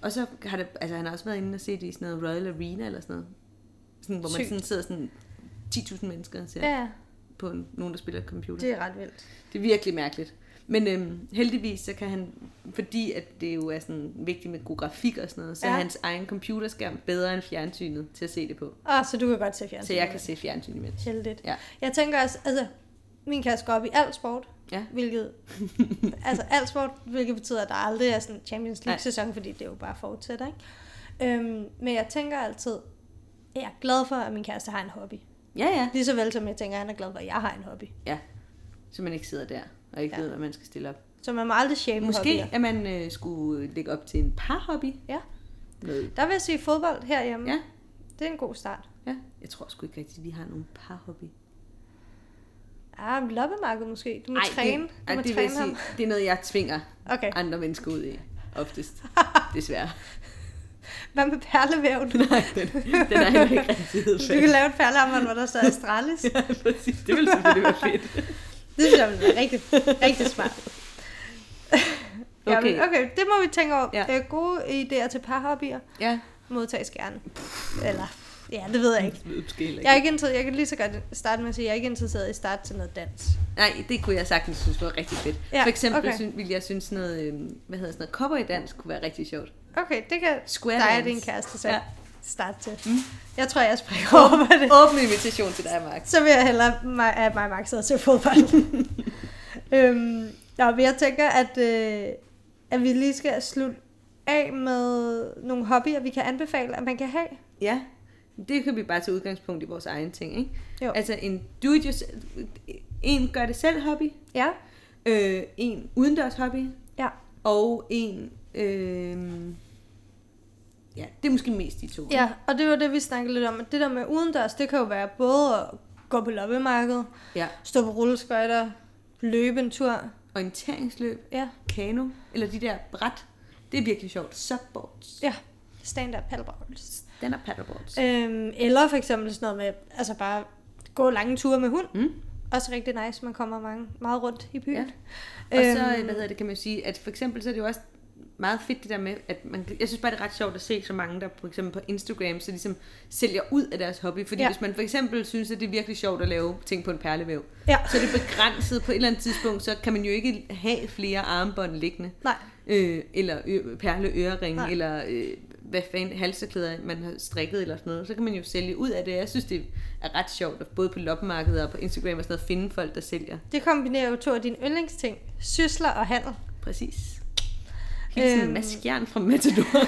og så har det, altså han har også været inde og set i sådan noget Royal Arena eller sådan noget. Sådan, hvor man sådan sidder sådan ti tusind mennesker og ser Ja. på en, nogen, der spiller computer. Det er ret vildt. Det er virkelig mærkeligt. Men øhm, heldigvis, så kan han, fordi at det jo er sådan vigtigt med god grafik og sådan noget, så ja. er hans egen computerskærm bedre end fjernsynet til at se det på. Åh, så du kan godt se fjernsyn. Så jeg kan se fjernsyn imens. Heldigt. Ja. Jeg tænker også, altså, min kæreste går op i alt sport, ja. hvilket, altså alt sport, hvilket betyder, at der aldrig er sådan en Champions League-sæson, fordi det jo bare fortsætter, ikke? Øhm, men jeg tænker altid, jeg er glad for, at min kæreste har en hobby. Ja, ja. Lige så vel som jeg tænker, at han er glad for, at jeg har en hobby. Ja, så man ikke sidder der og ikke ja. ved, hvad man skal stille op. Så man må aldrig shame Måske, hobbyer. at man øh, skulle lægge op til en par-hobby. Ja. Noget. Der vil jeg sige fodbold herhjemme. Ja. Det er en god start. Ja. Jeg tror sgu ikke rigtigt, at vi har nogen par-hobby. Ah, loppemarked måske. Du må Ej, træne. Det, du ej, må det, træne vil ham. sige, det er noget, jeg tvinger okay. andre mennesker ud i. Oftest. Desværre. Hvad med perlevæven? Nej, den, den er heller ikke rigtig hed. Du kan lave et perlearmbånd, hvor der står Astralis. Ja, præcis. Det ville selvfølgelig være fedt. Det synes jeg ville være rigtig, rigtig smart. Ja, Okay. men okay, det må vi tænke over. Ja. Øh, gode idéer til parhobbyer. Ja. Modtages gerne. Eller, ja, det ved jeg ikke. Ikke. Jeg er ikke interesseret, jeg kan lige så godt starte med at sige, at jeg er ikke interesseret i at starte til noget dans. Nej, det kunne jeg sagtens synes var rigtig fedt. Ja, For eksempel okay. synes, ville jeg synes noget, øh, hvad hedder sådan noget, cowboydans kunne være rigtig sjovt. Okay, det kan Square dig og dance. din kæreste så Ja. starte til. Mm. Jeg tror, jeg springer over på det. Åben invitation til dig, Mark. Så vil jeg hellere, mig, at mig og Max sidder til fodbold. øhm, ja, men jeg tænker, at, øh, at vi lige skal slutte af med nogle hobbyer, vi kan anbefale, at man kan have. Ja, det kan vi bare tage udgangspunkt i vores egen ting, ikke? Jo. Altså en do it yourself, en gør det selv hobby, Ja. øh, en udendørs hobby, Ja. og en, øh, ja, det er måske mest de to. Ja, og det var det, vi snakkede lidt om. At det der med udendørs, det kan jo være både at gå på loppemarkedet, Ja. stå på rulleskøjter, løbe en tur. Orienteringsløb, Ja. kano, eller de der bræt, det er virkelig sjovt. Subboards, Ja, stand-up paddleboards. stand-up paddleboards. Øhm, eller for eksempel sådan noget med, altså bare gå lange ture med hund. Mm. Også rigtig nice, man kommer mange, meget rundt i byen. Ja. Og så, Øhm, hvad hedder det, kan man sige, at for eksempel så er det jo også meget fedt det der med, at man, jeg synes bare, det er ret sjovt at se så mange, der for eksempel på Instagram, så ligesom sælger ud af deres hobby. Fordi Ja. hvis man for eksempel synes, at det er virkelig sjovt at lave ting på en perlevæv, Ja. så er det begrænset på et eller andet tidspunkt, så kan man jo ikke have flere armbånd liggende. Nej. Øh, eller ø- perleøreringe, Nej. eller øh, hvad fanden, halseklæder, man har strikket eller sådan noget. Så kan man jo sælge ud af det. Jeg synes, det er ret sjovt, at både på loppemarkedet og på Instagram og sådan noget, finde folk, der sælger. Det kombinerer jo to af dine yndlingsting. Sysler og handel. Præcis. Hilsen Øhm. Mads Skjern fra Matador.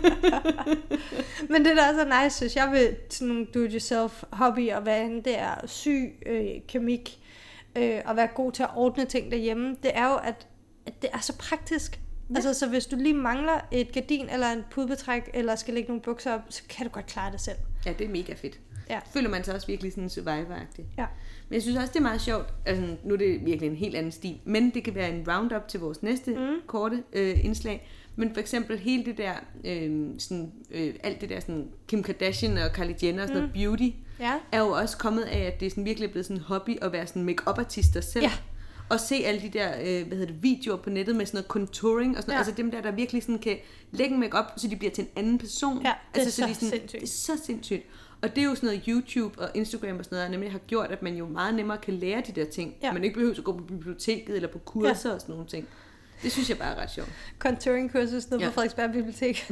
Men det der er så nice, synes jeg, ved sådan nogle do-it-yourself hobbyer, hvad end det er sy, øh, kemik, øh, og være god til at ordne ting derhjemme, det er jo, at, at det er så praktisk. Ja. Altså, så hvis du lige mangler et gardin eller en pudebetræk, eller skal lægge nogle bukser op, så kan du godt klare det selv. Ja, det er mega fedt. Ja. Føler man sig også virkelig sådan survivor-agtig. Ja. Men jeg synes også, det er meget sjovt. Altså, nu er det virkelig en helt anden stil. Men det kan være en roundup til vores næste mm. korte øh, indslag. Men for eksempel hele det der, øh, sådan, øh, alt det der sådan Kim Kardashian og Kylie Jenner og sådan mm. noget beauty, Ja. er jo også kommet af, at det er sådan virkelig blevet sådan en hobby at være sådan make-up-artister selv. Ja. Og se alle de der, øh, hvad hedder det, videoer på nettet med sådan noget contouring og sådan noget. Ja. Altså dem der, der virkelig sådan kan lægge make-up, så de bliver til en anden person. Ja, det altså, er de så sådan, sindssygt. Det er så sindssygt. Og det er jo sådan noget YouTube og Instagram og sådan noget, der nemlig har gjort, at man jo meget nemmere kan lære de der ting. Ja. Man ikke behøver at gå på biblioteket eller på kurser ja. og sådan nogle ting. Det synes jeg bare er ret sjovt. Contouring-kursus nede Ja. på Frederiksberg Bibliotek.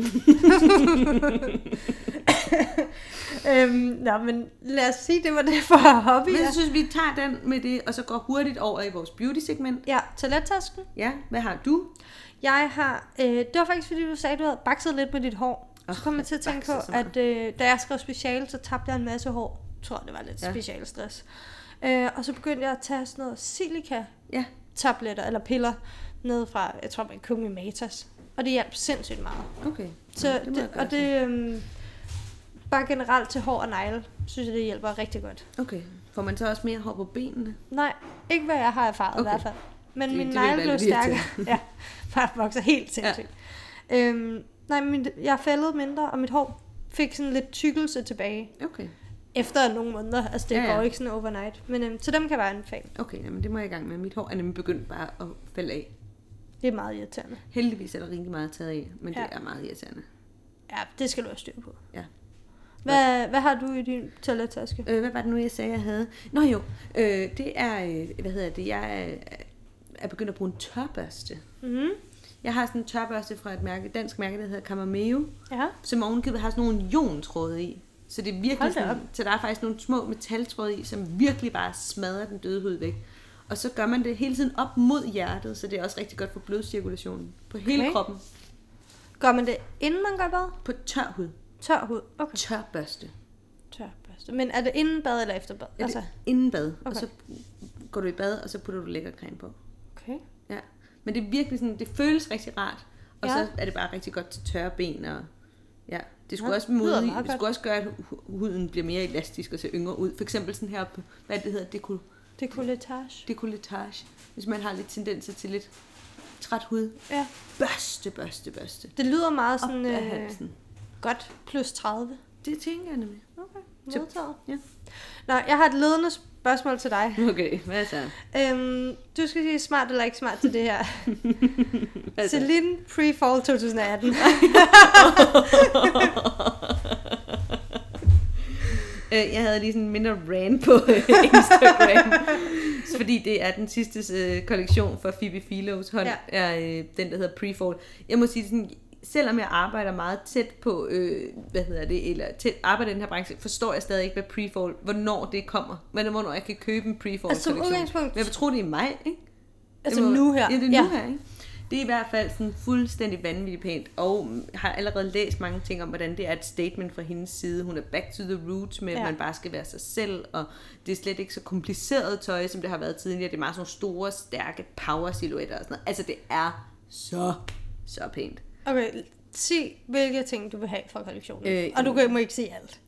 øhm, nå, men lad os sige, det var det for hobby. Men jeg synes, vi tager den med det, og så går hurtigt over i vores beauty-segment. Ja, toilettasken. Ja, hvad har du? Jeg har, øh, det var faktisk fordi, du sagde, at du havde bakset lidt med dit hår. Så Oh, kom jeg til at tænke på, at øh, da jeg skrev speciale, så tabte jeg en masse hår. Jeg tror, det var lidt Ja. specialstress. Øh, og så begyndte jeg at tage sådan noget silika-tabletter Ja, eller piller ned fra, jeg tror, man købte i Matas. Og det hjalp sindssygt meget. okay. Så Ja, det må det, jeg gøre og det, øhm, bare generelt til hår og negle, synes jeg, det hjælper rigtig godt. Okay. Får man så også mere hår på benene? Nej, ikke hvad jeg har erfaret okay. i Okay. hvert fald. Men Det- min det vil negle være blev lidt stærkere. Ja, bare vokser helt sindssygt. Ja. Øhm, nej, min, jeg fældede mindre, og mit hår fik sådan lidt tykkelse tilbage. Okay. Efter nogle måneder. Altså det Ja, ja. går ikke sådan overnight. Men øhm, så dem kan være anbefale. Okay, jamen det må jeg i gang med. Mit hår er nemlig begyndt bare at falde af. Det er meget irriterende. Heldigvis er der rigtig meget taget af, men ja. det er meget irriterende. Ja, det skal du have styr på. Ja. Hvad, hvad har du i din toilettaske? Øh, hvad var det nu, jeg sagde, jeg havde? Nå jo, øh, det er, øh, hvad hedder det, jeg er, er begyndt at bruge en tørbørste. Mhm. Jeg har sådan en tørbørste fra et mærke, dansk mærke, der hedder Camameo, Ja. som ovenikøbet har sådan nogle iontråde i. Så det er virkelig sådan, så der er faktisk nogle små metaltråde i, som virkelig bare smadrer den døde hud væk. Og så gør man det hele tiden op mod hjertet, så det er også rigtig godt for blodcirkulationen på hele Okay. kroppen. Gør man det, inden man går i bad? På tør hud. Tør hud. Okay. Tørbørste. Tørbørste. Men er det inden bad eller efter bad? Ja, Altså, inden bad, Okay. og så går du i bad, og så putter du lækker creme på. okay. Ja. Men det er virkelig sådan, det føles rigtig rart, og Ja. så er det bare rigtig godt til tørre ben, og ja, det skulle Ja, også lyder modige, meget det skulle godt. også gøre, at hu- huden bliver mere elastisk og ser yngre ud. For eksempel sådan her på, hvad det hedder, dekol, Dekolletage. dekolletage. Hvis man har lidt tendenser til lidt træt hud. Ja. Børste, børste, børste. Det lyder meget Op sådan af øh, halsen. godt plus tredive. Det tænker jeg nemlig. Okay, Så- modtaget. Ja. Nå, jeg har et ledende spørgsmål til dig. Okay, hvad så? Øhm, du skal sige smart eller ikke smart til det her. Hvad så? Celine Pre-Fall to tusind atten. Øh, Jeg havde lige sådan en mindre rant på øh, Instagram, fordi det er den sidste øh, kollektion for Phoebe Philos hånd, Ja. er øh, den, der hedder Pre-Fall. Jeg må sige sådan, selvom jeg arbejder meget tæt på, øh, hvad hedder det, eller tæt, arbejder i den her branche, forstår jeg stadig ikke, hvad Pre-Fall, hvornår det kommer, men hvornår jeg kan købe en Pre-Fall Altså, som kollektion. udgangspunkt- Men jeg vil tro, det er i maj, ikke? Altså Det må- nu her. Ja, det er nu Ja. her, ikke? Det er i hvert fald sådan fuldstændig vanvittigt pænt, og har allerede læst mange ting om, hvordan det er et statement fra hendes side. Hun er back to the roots med, at Ja. man bare skal være sig selv, og det er slet ikke så kompliceret tøj, som det har været tidligere. Det er meget sådan nogle store, stærke power-silhuetter og sådan noget. Altså, det er så, så pænt. Okay, sig hvilke ting du vil have fra kollektionen. Øh, Og du kan, må ikke sige alt.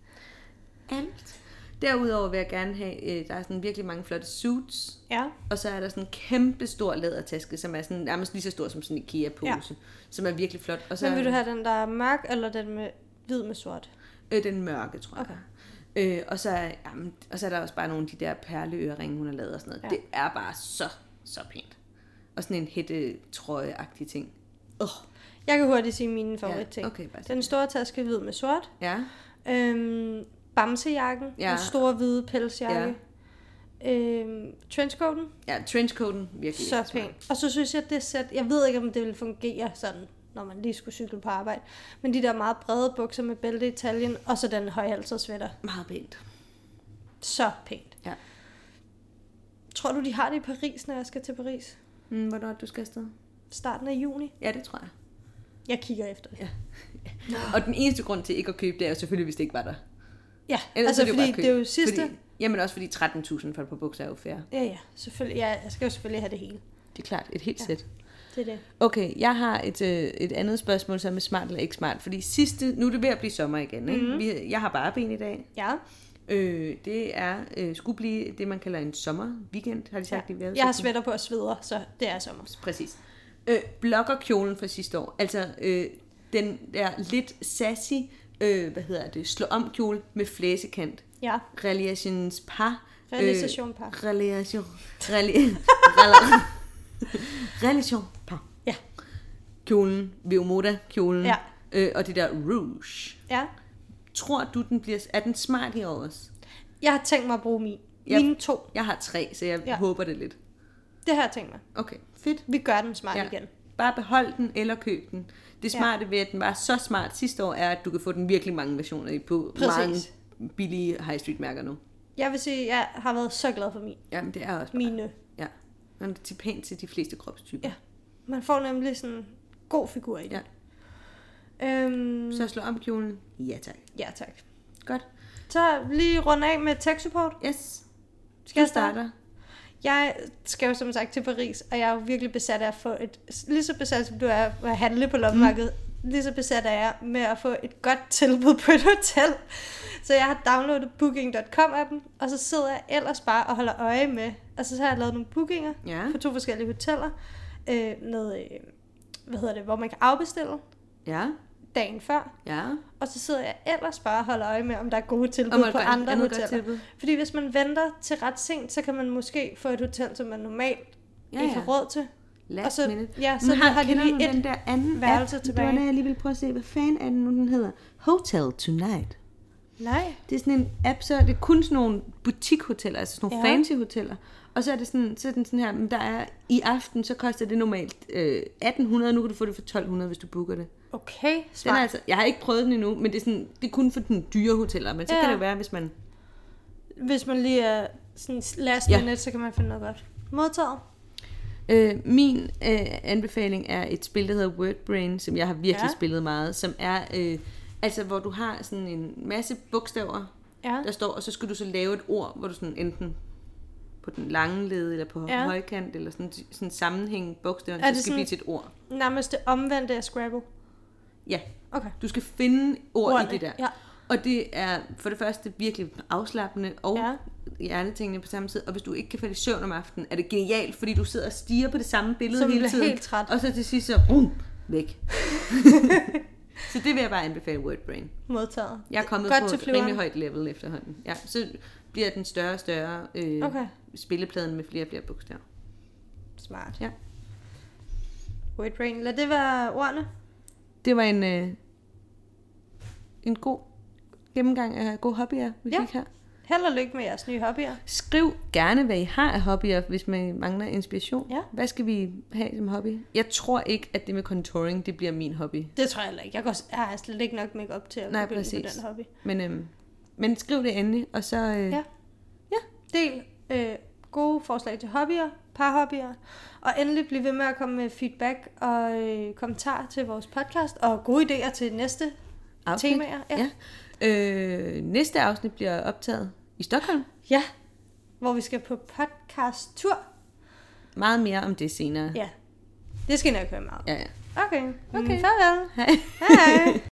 Alt. Derudover vil jeg gerne have, øh, der er sådan virkelig mange flotte suits, Ja. og så er der sådan en kæmpe stor lædertaske, som er sådan nærmest lige så stor som sådan en IKEA-pose, Ja. som er virkelig flot. Og så Men vil du have den, der er mørk, eller den med hvid med sort? Øh, den mørke, tror jeg. Okay. Øh, og, så er, jamen, og så er der også bare nogle af de der perleøreringe, hun har lavet og sådan noget. Ja. Det er bare så, så pænt. Og sådan en hættetrøje-agtig ting. Oh. Jeg kan hurtigt sige mine favoritting. Ja, okay, bare sig Den store taske hvid med sort. Ja, Øhm, bamsejakken. Ja. Den store hvide pelsjakke. Øhm, trenchcoaten. ja trenchcoaten virkelig. Så smart. pænt. Og så synes jeg, det sæt, jeg ved ikke, om det vil fungere sådan, når man lige skulle cykle på arbejde. Men de der meget brede bukser med bælte i taljen, og så den højhalsede sweater. Meget pænt. Så pænt. Ja. Tror du, de har det i Paris, når jeg skal til Paris? Mm, hvornår er du skal afsted? Starten af juni? Ja, det tror jeg. Jeg kigger efter det. Ja. Og den eneste grund til ikke at købe, det er jo selvfølgelig, hvis det ikke var der. Ja, Ellers altså er det jo fordi bare køb. det er jo sidste... Fordi, jamen også fordi tretten tusind for et par bukser er jo fair. Ja, ja, selvfølgelig. Ja, jeg skal jo selvfølgelig have det hele. Det er klart, et helt Ja. sæt. Det er det. Okay, jeg har et, øh, et andet spørgsmål, som er smart eller ikke smart. Fordi sidste, nu er det ved at blive sommer igen. Ikke? Mhm. Vi, jeg har bare ben i dag. Ja, Øh, det er, øh, skulle blive det, man kalder en sommerweekend, har de sagt ja. i vejret. Jeg har sweater på og sveder, så det er sommer. Præcis. Øh, bloggerkjolen fra sidste år. Altså øh, den der lidt sassy, øh, hvad hedder det, slå om kjole med flæsekant. Ja, Relations par. realisation par. Øh, relation. Reli, rela, relation par. Ja, Kjolen, Veomoda kjolen. Ja. Øh, og det der rouge. ja. Tror du, den bliver, er den smart i år også? Jeg har tænkt mig at bruge min. Ja. Mine to. Jeg har tre, så jeg Ja. ja. håber det lidt. Det har jeg tænkt mig. Okay, fedt. Vi gør den smart Ja. igen. Bare behold den eller køb den. Det Ja. smarte ved, at den var så smart sidste år, er, at du kan få den virkelig mange versioner i på Præcis. mange billige high street mærker nu. Jeg vil sige, at jeg har været så glad for min. Jamen, det er også bare. Mine. Ja. Men det er pænt til de fleste kropstyper. Ja. Man får nemlig sådan en god figur i det. Ja. Øhm, Så slå om kjolen. Ja, tak. ja, tak. Godt. Så lige runde af med tech support. Yes. Skal jeg Du starter. Jeg skal jo som sagt til Paris, og jeg er jo virkelig besat af at få et, lige så besat som du er at handle på loppemarkedet, mm. lige så besat er jeg med at få et godt tilbud på et hotel. Så jeg har downloadet booking punktum com appen, og så sidder jeg ellers bare og holder øje med, altså så har jeg lavet nogle bookinger Ja. på to forskellige hoteller, øh, med, øh, hvad hedder det, hvor man kan afbestille Ja. dagen før, Ja. og så sidder jeg ellers bare og holder øje med, om der er gode tilbud Og må på godt- andre er noget godt hoteller. tilbud? Fordi hvis man venter til ret sent, så kan man måske få et hotel, som man normalt Ja, ikke ja. har råd til. Last og så, minute. ja, så Men har, har de kender lige du et den der anden værelse app? tilbage. Det var der, jeg lige ville prøve at se, hvad fanden er den nu, den hedder? Hotel Tonight. Nej. Det er sådan en app, så er det kun sådan nogle butikhoteller, altså sådan nogle Ja. fancy hoteller. Og så er det sådan, så er den sådan her, men der er i aften, så koster det normalt øh, atten hundrede, nu kan du få det for tolv hundrede, hvis du booker det. Okay, Den smart. er altså, jeg har ikke prøvet den endnu, men det er, sådan, det er kun for den dyre hoteller, men så Ja. kan det jo være, hvis man... Hvis man lige er sådan last Ja. minute, så kan man finde noget godt. Modtaget. Øh, min øh, anbefaling er et spil, der hedder Wordbrain, som jeg har virkelig Ja. spillet meget, som er, øh, altså hvor du har sådan en masse bogstaver, Ja. der står, og så skal du så lave et ord, hvor du sådan enten på den lange led, eller på Ja. højkant, eller sådan sådan sammenhæng bogstaverne, Er så det skal sådan- blive til et ord. Nærmest det omvendte af Scrabble. Ja, Okay. du skal finde ord Ordene, i det der. ja. Og det er for det første virkelig afslappende og Ja. hjernetingene på samme tid. Og hvis du ikke kan falde i søvn om aftenen, er det genialt, fordi du sidder og stiger på det samme billede Så man hele bliver tiden. helt træt. Og så til sidst så, brum, væk. Så det vil jeg bare anbefale Wordbrain. Modtaget. Jeg er kommet Godt på til et flyveren. rimelig højt level efterhånden. Ja, så bliver den større og større øh, Okay. spillepladen med flere og flere bogstaver. Smart. Ja. Wordbrain. Lad det være ordene. Det var en, øh, en god gennemgang af gode hobbyer, vi Ja. fik her. Held og lykke med jeres nye hobbyer. Skriv gerne, hvad I har af hobbyer, hvis man mangler inspiration. Ja. Hvad skal vi have som hobby? Jeg tror ikke, at det med contouring, det bliver min hobby. Det tror jeg heller ikke. Jeg, går, jeg har slet ikke nok make-up til at Nej, begynde på præcis. den hobby. Men, øhm, men skriv det endelig, og så... Øh, Ja. Del øh, gode forslag til hobbyer, parhobbyer, og endelig bliv ved med at komme med feedback og øh, kommentarer til vores podcast, og gode idéer til næste afsnit. temaer. Ja. Øh, næste afsnit bliver optaget i Stockholm. ja, hvor vi skal på podcast-tur. Meget mere om det senere. Ja, det skal I nok høre meget. Ja, ja. Okay, Okay. okay. Farvel. Hej. Hej.